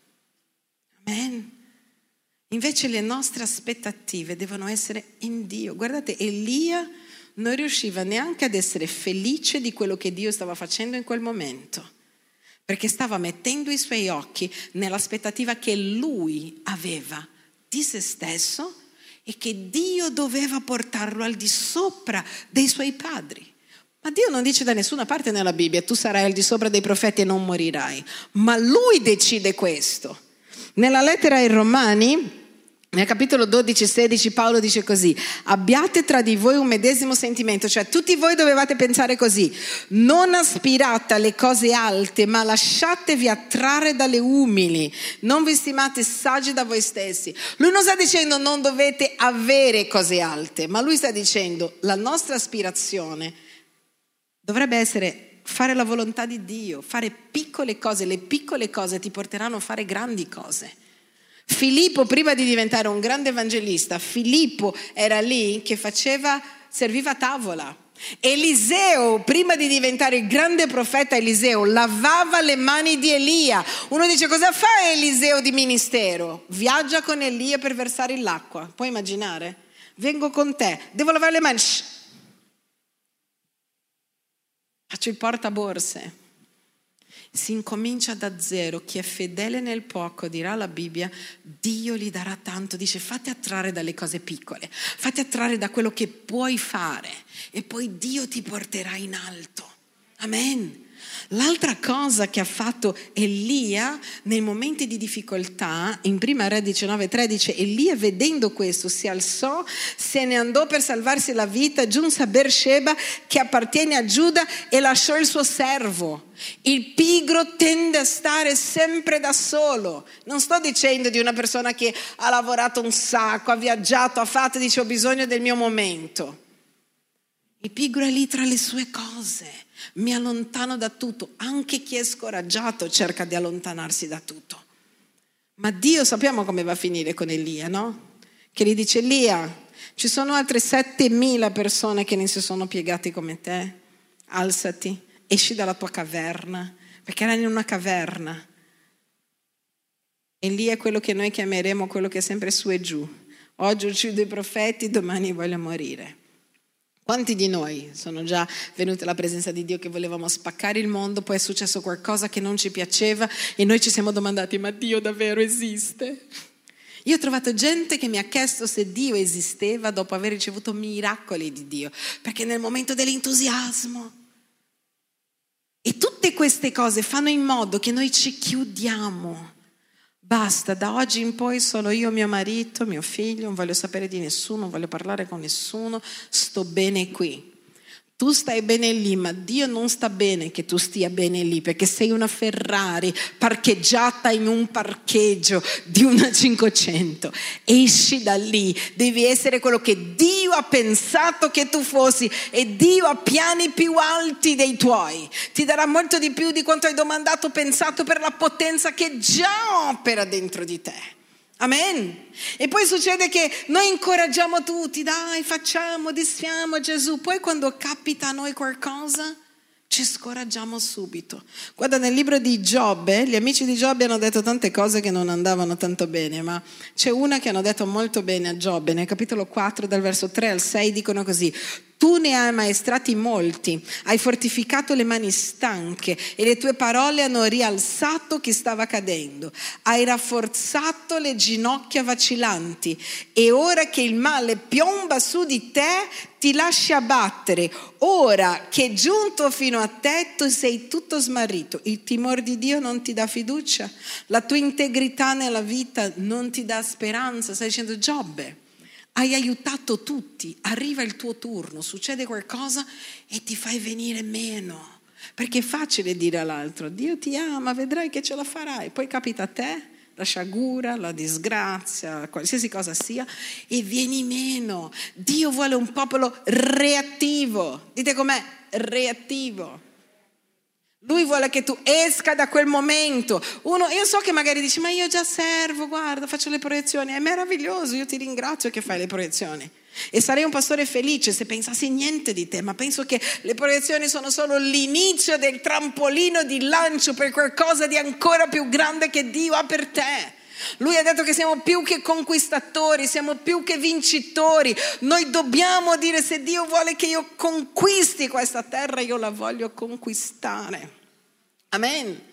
Amen. Invece le nostre aspettative devono essere in Dio. Guardate, Elia non riusciva neanche ad essere felice di quello che Dio stava facendo in quel momento, perché stava mettendo i suoi occhi nell'aspettativa che lui aveva di se stesso e che Dio doveva portarlo al di sopra dei suoi padri. Ma Dio non dice da nessuna parte nella Bibbia tu sarai al di sopra dei profeti e non morirai, ma lui decide questo. Nella lettera ai Romani, nel capitolo dodici sedici, Paolo dice così: abbiate tra di voi un medesimo sentimento, cioè tutti voi dovevate pensare così: non aspirate alle cose alte, ma lasciatevi attrarre dalle umili, non vi stimate saggi da voi stessi. Lui non sta dicendo non dovete avere cose alte, ma lui sta dicendo la nostra aspirazione dovrebbe essere fare la volontà di Dio, fare piccole cose. Le piccole cose ti porteranno a fare grandi cose. Filippo, prima di diventare un grande evangelista, Filippo era lì che faceva, serviva a tavola. Eliseo, prima di diventare il grande profeta Eliseo, lavava le mani di Elia. Uno dice cosa fa Eliseo di ministero? Viaggia con Elia per versare l'acqua. Puoi immaginare? Vengo con te, devo lavare le mani. Shh. Faccio il portaborse. Si incomincia da zero. Chi è fedele nel poco, dirà la Bibbia, Dio gli darà tanto. Dice fatti attrarre dalle cose piccole, fatti attrarre da quello che puoi fare e poi Dio ti porterà in alto. Amen. L'altra cosa che ha fatto Elia nei momenti di difficoltà, in prima Re diciannove tredici, Elia vedendo questo si alzò, se ne andò per salvarsi la vita, giunse a Beersheba che appartiene a Giuda e lasciò il suo servo. Il pigro tende a stare sempre da solo. Non sto dicendo di una persona che ha lavorato un sacco, ha viaggiato, ha fatto, dice ho bisogno del mio momento. Il pigro è lì tra le sue cose. Mi allontano da tutto. Anche chi è scoraggiato cerca di allontanarsi da tutto. Ma Dio sappiamo come va a finire con Elia, no? Che gli dice Elia, ci sono altre settemila persone che non si sono piegati come te. Alzati, esci dalla tua caverna, perché era in una caverna. Elia è quello che noi chiameremo quello che è sempre su e giù. Oggi uccido i profeti, domani voglio morire. Quanti di noi sono già venuti alla presenza di Dio che volevamo spaccare il mondo, poi è successo qualcosa che non ci piaceva e noi ci siamo domandati ma Dio davvero esiste? Io ho trovato gente che mi ha chiesto se Dio esisteva dopo aver ricevuto miracoli di Dio, perché nel momento dell'entusiasmo. E tutte queste cose fanno in modo che noi ci chiudiamo. Basta, da oggi in poi solo io, mio marito, mio figlio, non voglio sapere di nessuno, non voglio parlare con nessuno, sto bene qui. Tu stai bene lì, ma Dio non sta bene che tu stia bene lì, perché sei una Ferrari parcheggiata in un parcheggio di una cinquecento. Esci da lì, devi essere quello che Dio ha pensato che tu fossi e Dio ha piani più alti dei tuoi. Ti darà molto di più di quanto hai domandato, pensato per la potenza che già opera dentro di te. Amen. E poi succede che noi incoraggiamo tutti, dai, facciamo, disfiamo Gesù. Poi quando capita a noi qualcosa, ci scoraggiamo subito. Guarda, nel libro di Giobbe, gli amici di Giobbe hanno detto tante cose che non andavano tanto bene, ma c'è una che hanno detto molto bene a Giobbe. Nel capitolo quattro, dal verso tre al sei, dicono così: tu ne hai ammaestrati molti, hai fortificato le mani stanche e le tue parole hanno rialzato chi stava cadendo. Hai rafforzato le ginocchia vacillanti e ora che il male piomba su di te ti lasci abbattere. Ora che è giunto fino a te tu sei tutto smarrito. Il timore di Dio non ti dà fiducia, la tua integrità nella vita non ti dà speranza. Stai dicendo: Giobbe, hai aiutato tutti, arriva il tuo turno, succede qualcosa e ti fai venire meno. Perché è facile dire all'altro: Dio ti ama, vedrai che ce la farai. Poi capita a te la sciagura, la disgrazia, qualsiasi cosa sia, e vieni meno. Dio vuole un popolo reattivo. Dite com'è? Reattivo. Lui vuole che tu esca da quel momento. Uno, io so che magari dici: ma io già servo, guarda, faccio le proiezioni, è meraviglioso, io ti ringrazio che fai le proiezioni. E sarei un pastore felice se pensassi niente di te, ma penso che le proiezioni sono solo l'inizio del trampolino di lancio per qualcosa di ancora più grande che Dio ha per te. Lui ha detto che siamo più che conquistatori, siamo più che vincitori. Noi dobbiamo dire: se Dio vuole che io conquisti questa terra, io la voglio conquistare. Amen.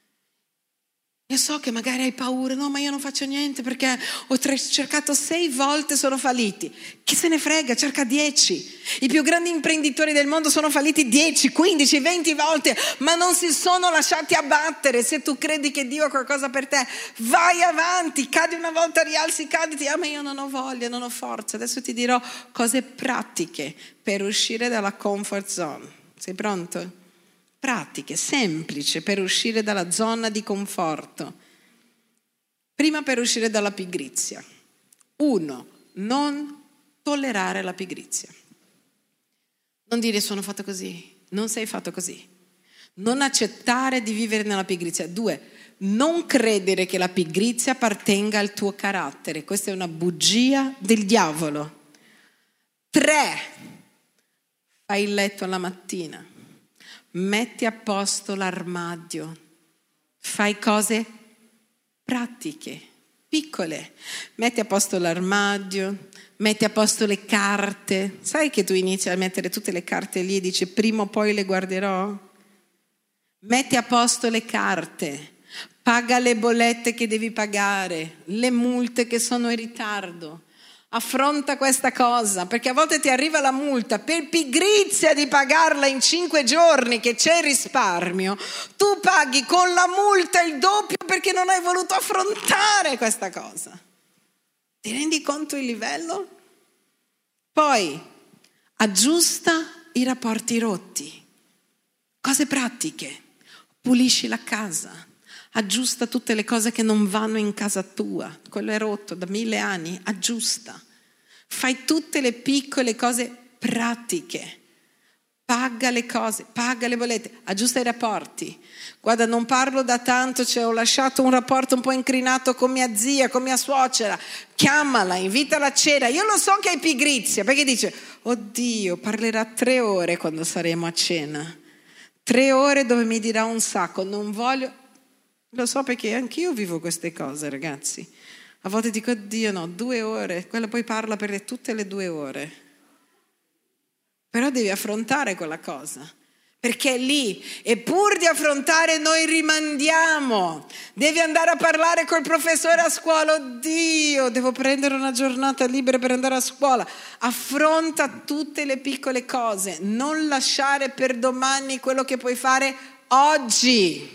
Io so che magari hai paura: no, ma io non faccio niente perché ho cercato sei volte, sono falliti. Chi se ne frega, cerca dieci. I più grandi imprenditori del mondo sono falliti dieci, quindici, venti volte, ma non si sono lasciati abbattere. Se tu credi che Dio ha qualcosa per te, vai avanti, cadi una volta, rialzi, caditi. Ah, ma io non ho voglia, non ho forza. Adesso ti dirò cose pratiche per uscire dalla comfort zone. Sei pronto? Pratiche, semplici per uscire dalla zona di conforto. Prima, per uscire dalla pigrizia. Uno, non tollerare la pigrizia. Non dire: sono fatto così, non sei fatto così. Non accettare di vivere nella pigrizia. Due, non credere che la pigrizia appartenga al tuo carattere. Questa è una bugia del diavolo. Tre, fai il letto alla mattina. Metti a posto l'armadio, fai cose pratiche, piccole. Metti a posto l'armadio, metti a posto le carte. Sai che tu inizi a mettere tutte le carte lì e dici: prima o poi le guarderò? Metti a posto le carte, paga le bollette che devi pagare, le multe che sono in ritardo. Affronta questa cosa, perché a volte ti arriva la multa per pigrizia di pagarla in cinque giorni, che c'è il risparmio. Tu paghi con la multa il doppio perché non hai voluto affrontare questa cosa. Ti rendi conto il livello? Poi aggiusta i rapporti rotti. Cose pratiche. Pulisci la casa. Aggiusta tutte le cose che non vanno in casa tua. Quello è rotto da mille anni, aggiusta. Fai tutte le piccole cose pratiche. Paga le cose, paga le bollette, aggiusta i rapporti. Guarda, non parlo da tanto, cioè ho lasciato un rapporto un po' incrinato con mia zia, con mia suocera. Chiamala, invitala a cena. Io lo so che hai pigrizia, perché dice: oddio, parlerà tre ore quando saremo a cena. Tre ore dove mi dirà un sacco, non voglio... Lo so, perché anch'io vivo queste cose, ragazzi. A volte dico: oddio, no, due ore, quella poi parla per le, tutte le due ore. Però devi affrontare quella cosa, perché è lì. E pur di affrontare noi rimandiamo. Devi andare a parlare col professore a scuola. Oddio, devo prendere una giornata libera per andare a scuola. Affronta tutte le piccole cose. Non lasciare per domani quello che puoi fare oggi.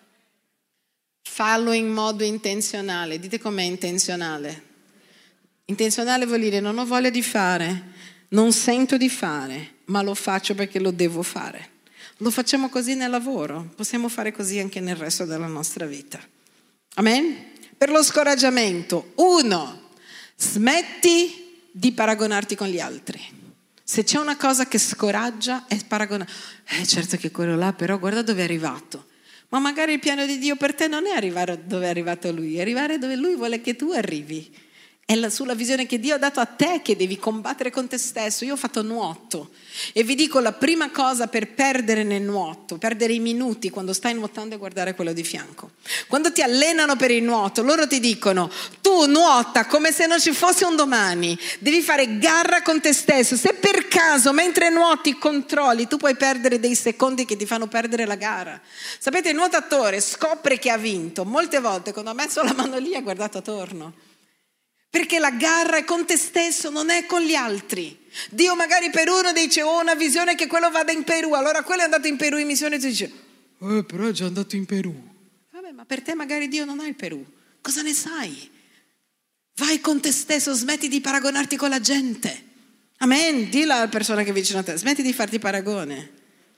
Fallo in modo intenzionale. Dite com'è intenzionale. Intenzionale vuol dire: non ho voglia di fare, non sento di fare, ma lo faccio perché lo devo fare. Lo facciamo così nel lavoro, possiamo fare così anche nel resto della nostra vita. Amen? Per lo scoraggiamento, uno, smetti di paragonarti con gli altri. Se c'è una cosa che scoraggia è paragonare. Eh certo che quello là, però guarda dove è arrivato. Ma magari il piano di Dio per te non è arrivare dove è arrivato Lui, è arrivare dove Lui vuole che tu arrivi. È la, sulla visione che Dio ha dato a te che devi combattere con te stesso. Io ho fatto nuoto e vi dico la prima cosa per perdere nel nuoto, perdere i minuti quando stai nuotando è guardare quello di fianco. Quando ti allenano per il nuoto, loro ti dicono tu nuota come se non ci fosse un domani, devi fare gara con te stesso. Se per caso mentre nuoti controlli, tu puoi perdere dei secondi che ti fanno perdere la gara. Sapete, il nuotatore scopre che ha vinto molte volte quando ha messo la mano lì e ha guardato attorno. Perché la gara è con te stesso, non è con gli altri. Dio magari per uno dice ho una visione che quello vada in Perù, allora quello è andato in Perù in missione e ti dice eh, però è già andato in Perù. Vabbè, ma per te magari Dio non ha il Perù, cosa ne sai? Vai con te stesso, smetti di paragonarti con la gente. Amen, dillo alla persona che è vicino a te, smetti di farti paragone.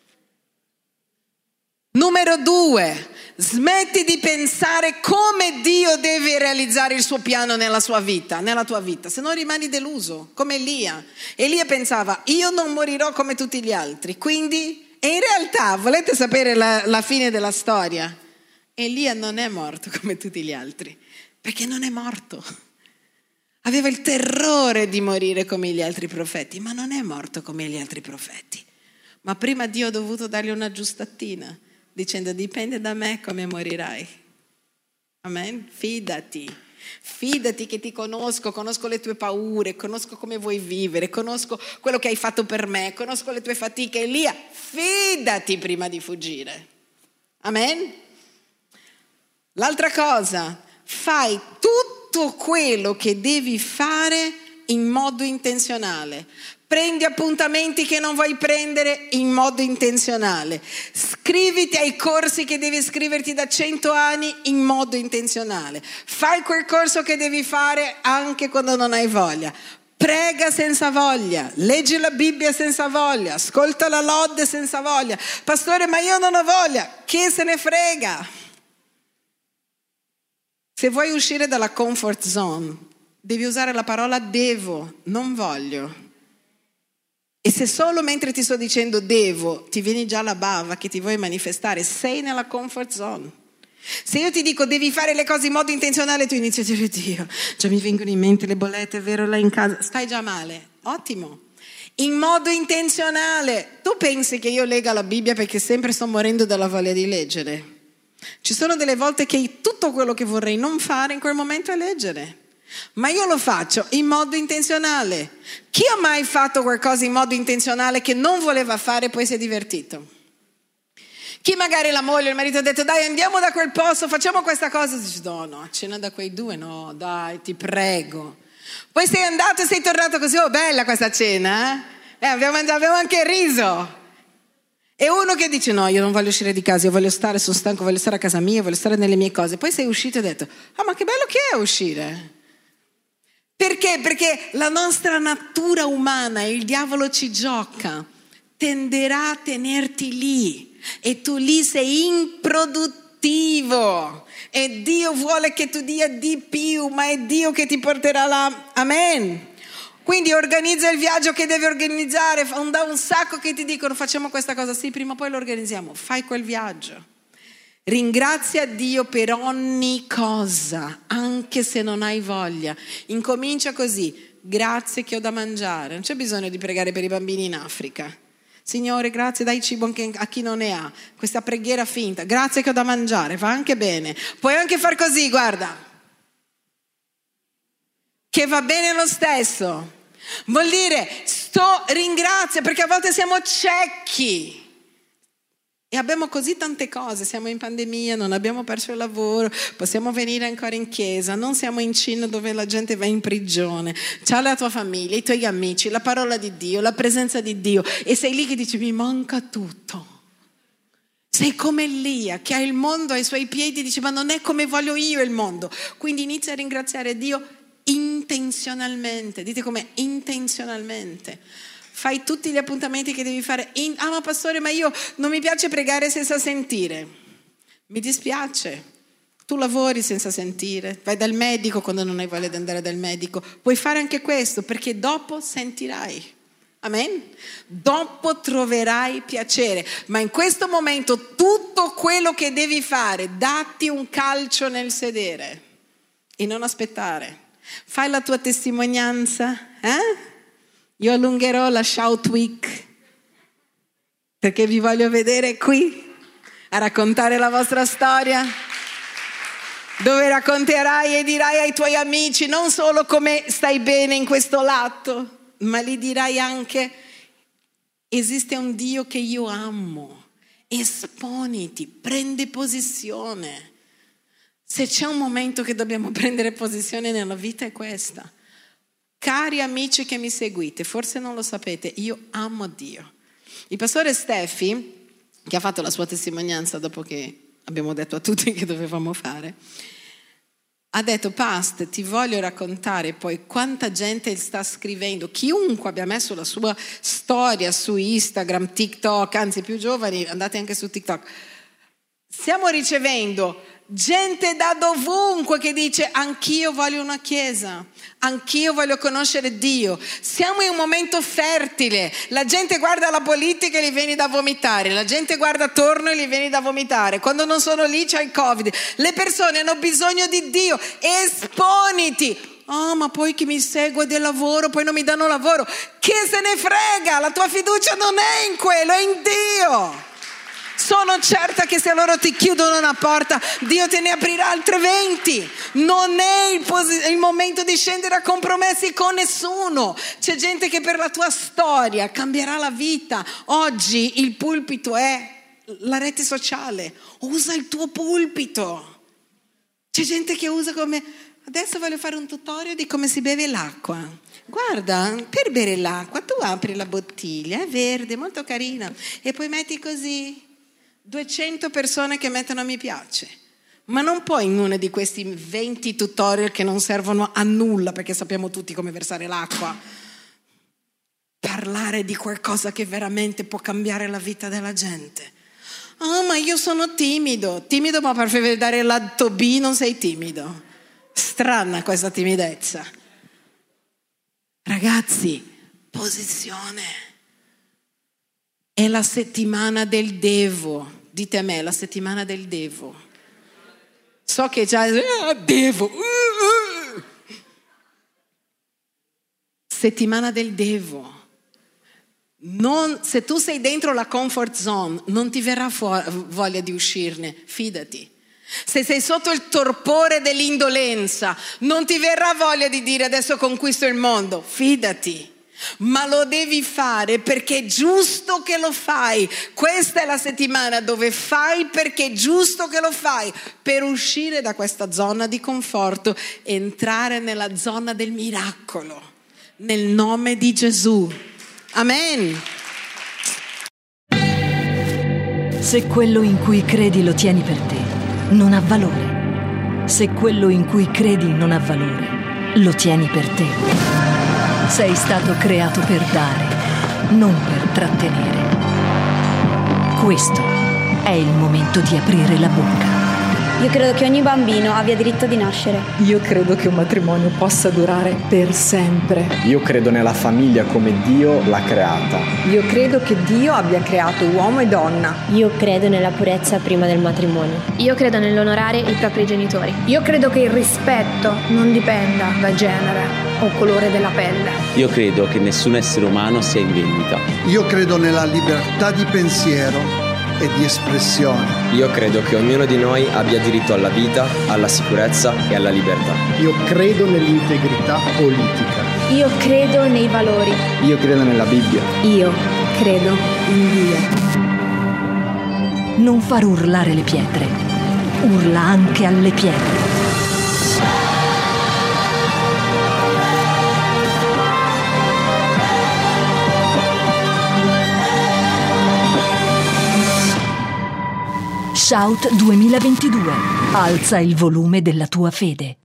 Numero due, smetti di pensare come Dio deve realizzare il suo piano nella sua vita, nella tua vita, se no rimani deluso, come Elia. Elia pensava, io non morirò come tutti gli altri, quindi, e in realtà, volete sapere la, la fine della storia? Elia non è morto come tutti gli altri, perché non è morto. Aveva il terrore di morire come gli altri profeti, ma non è morto come gli altri profeti. Ma prima Dio ha dovuto dargli una giustatina, dicendo dipende da me come morirai. Amen? Fidati, fidati che ti conosco, conosco le tue paure, conosco come vuoi vivere, conosco quello che hai fatto per me, conosco le tue fatiche. Elia, fidati prima di fuggire. Amen? L'altra cosa, fai tutto quello che devi fare in modo intenzionale. Prendi appuntamenti che non vuoi prendere in modo intenzionale. Scriviti ai corsi che devi iscriverti da cento anni in modo intenzionale. Fai quel corso che devi fare anche quando non hai voglia. Prega senza voglia, leggi la Bibbia senza voglia, ascolta la lode senza voglia. Pastore, ma io non ho voglia. Chi se ne frega? Se vuoi uscire dalla comfort zone, devi usare la parola devo, non voglio. E se solo mentre ti sto dicendo devo ti viene già la bava che ti vuoi manifestare, sei nella comfort zone. Se io ti dico devi fare le cose in modo intenzionale, tu inizi a dire Dio, già mi vengono in mente le bollette, è vero, là in casa, stai già male. Ottimo. In modo intenzionale. Tu pensi che io lega la Bibbia perché sempre sto morendo dalla voglia di leggere? Ci sono delle volte che tutto quello che vorrei non fare in quel momento è leggere. Ma io lo faccio in modo intenzionale. Chi ha mai fatto qualcosa in modo intenzionale che non voleva fare e poi si è divertito? Chi magari la moglie o il marito ha detto dai andiamo da quel posto, facciamo questa cosa, e dice no no, a cena da quei due no, dai ti prego. Poi sei andato e sei tornato così, oh bella questa cena eh, eh abbiamo, abbiamo anche riso. E uno che dice no, io non voglio uscire di casa, io voglio stare, sono stanco, voglio stare a casa mia, voglio stare nelle mie cose. Poi sei uscito e hai detto ah ma che bello che è uscire. Perché? Perché la nostra natura umana, il diavolo ci gioca, tenderà a tenerti lì e tu lì sei improduttivo e Dio vuole che tu dia di più, ma è Dio che ti porterà là. Amen. Quindi organizza il viaggio che devi organizzare, da un sacco che ti dicono facciamo questa cosa, sì prima o poi lo organizziamo, fai quel viaggio. Ringrazia Dio per ogni cosa, anche se non hai voglia. Incomincia così, grazie che ho da mangiare. Non c'è bisogno di pregare per i bambini in Africa. Signore, grazie, dai cibo anche a chi non ne ha. Questa preghiera finta, grazie che ho da mangiare, va anche bene. Puoi anche far così, guarda, che va bene lo stesso. Vuol dire, sto ringrazio, perché a volte siamo ciechi. E abbiamo così tante cose, siamo in pandemia, non abbiamo perso il lavoro, possiamo venire ancora in chiesa, non siamo in Cina dove la gente va in prigione, c'è la tua famiglia, i tuoi amici, la parola di Dio, la presenza di Dio e sei lì che dici mi manca tutto. Sei come Elia che ha il mondo ai suoi piedi e dice ma non è come voglio io il mondo, quindi inizia a ringraziare Dio intenzionalmente, dite come intenzionalmente. Fai tutti gli appuntamenti che devi fare. In, ah ma pastore, ma io non mi piace pregare senza sentire. Mi dispiace. Tu lavori senza sentire. Vai dal medico quando non hai voglia di andare dal medico. Puoi fare anche questo perché dopo sentirai. Amen? Dopo troverai piacere, ma in questo momento tutto quello che devi fare, datti un calcio nel sedere e non aspettare. Fai la tua testimonianza, eh? Io allungherò la Shout Week perché vi voglio vedere qui a raccontare la vostra storia, dove racconterai e dirai ai tuoi amici non solo come stai bene in questo lato, ma gli dirai anche: esiste un Dio che io amo. Esponiti, prendi posizione. Se c'è un momento che dobbiamo prendere posizione nella vita è questa. Cari amici che mi seguite, forse non lo sapete, io amo Dio. Il pastore Steffi, che ha fatto la sua testimonianza dopo che abbiamo detto a tutti che dovevamo fare, ha detto: Past, ti voglio raccontare poi quanta gente sta scrivendo, chiunque abbia messo la sua storia su Instagram, TikTok, anzi più giovani andate anche su TikTok, stiamo ricevendo gente da dovunque che dice: anch'io voglio una chiesa, anch'io voglio conoscere Dio. Siamo in un momento fertile, la gente guarda la politica e gli viene da vomitare, la gente guarda attorno e gli viene da vomitare, quando non sono lì c'è il Covid, le persone hanno bisogno di Dio. Esponiti. Oh, ma poi chi mi segue del lavoro, poi non mi danno lavoro. Che se ne frega, la tua fiducia non è in quello, è in Dio. Sono certa che se loro ti chiudono una porta, Dio te ne aprirà altre venti. Non è il, pos- il momento di scendere a compromessi con nessuno. C'è gente che per la tua storia cambierà la vita. Oggi il pulpito è la rete sociale. Usa il tuo pulpito. C'è gente che usa come: adesso voglio fare un tutorial di come si beve l'acqua. Guarda, per bere l'acqua tu apri la bottiglia, è verde, molto carina, e poi metti così. duecento persone che mettono mi piace, ma non puoi in uno di questi venti tutorial che non servono a nulla, perché sappiamo tutti come versare l'acqua, parlare di qualcosa che veramente può cambiare la vita della gente. Oh, ma io sono timido. Timido, ma per vedere il lato B non sei timido. Strana questa timidezza. Ragazzi, posizione. È la settimana del Devo. Dite a me, la settimana del Devo. So che già ah, Devo. Uh, uh. Settimana del Devo. Non, se tu sei dentro la comfort zone, non ti verrà fu- voglia di uscirne, fidati. Se sei sotto il torpore dell'indolenza, non ti verrà voglia di dire adesso conquisto il mondo, fidati. Ma lo devi fare perché è giusto che lo fai. Questa è la settimana dove fai perché è giusto che lo fai, per uscire da questa zona di conforto e entrare nella zona del miracolo, nel nome di Gesù. Amen. Se quello in cui credi lo tieni per te, non ha valore. Se quello in cui credi non ha valore, lo tieni per te. Sei stato creato per dare, non per trattenere. Questo è il momento di aprire la bocca. Io credo che ogni bambino abbia diritto di nascere. Io credo che un matrimonio possa durare per sempre. Io credo nella famiglia come Dio l'ha creata. Io credo che Dio abbia creato uomo e donna. Io credo nella purezza prima del matrimonio. Io credo nell'onorare i propri genitori. Io credo che il rispetto non dipenda da genere o colore della pelle. Io credo che nessun essere umano sia in vendita. Io credo nella libertà di pensiero e di espressione. Io credo che ognuno di noi abbia diritto alla vita, alla sicurezza e alla libertà. Io credo nell'integrità politica. Io credo nei valori. Io credo nella Bibbia. Io credo in Dio. Non far urlare le pietre, urla anche alle pietre. Shout duemilaventidue. Alza il volume della tua fede.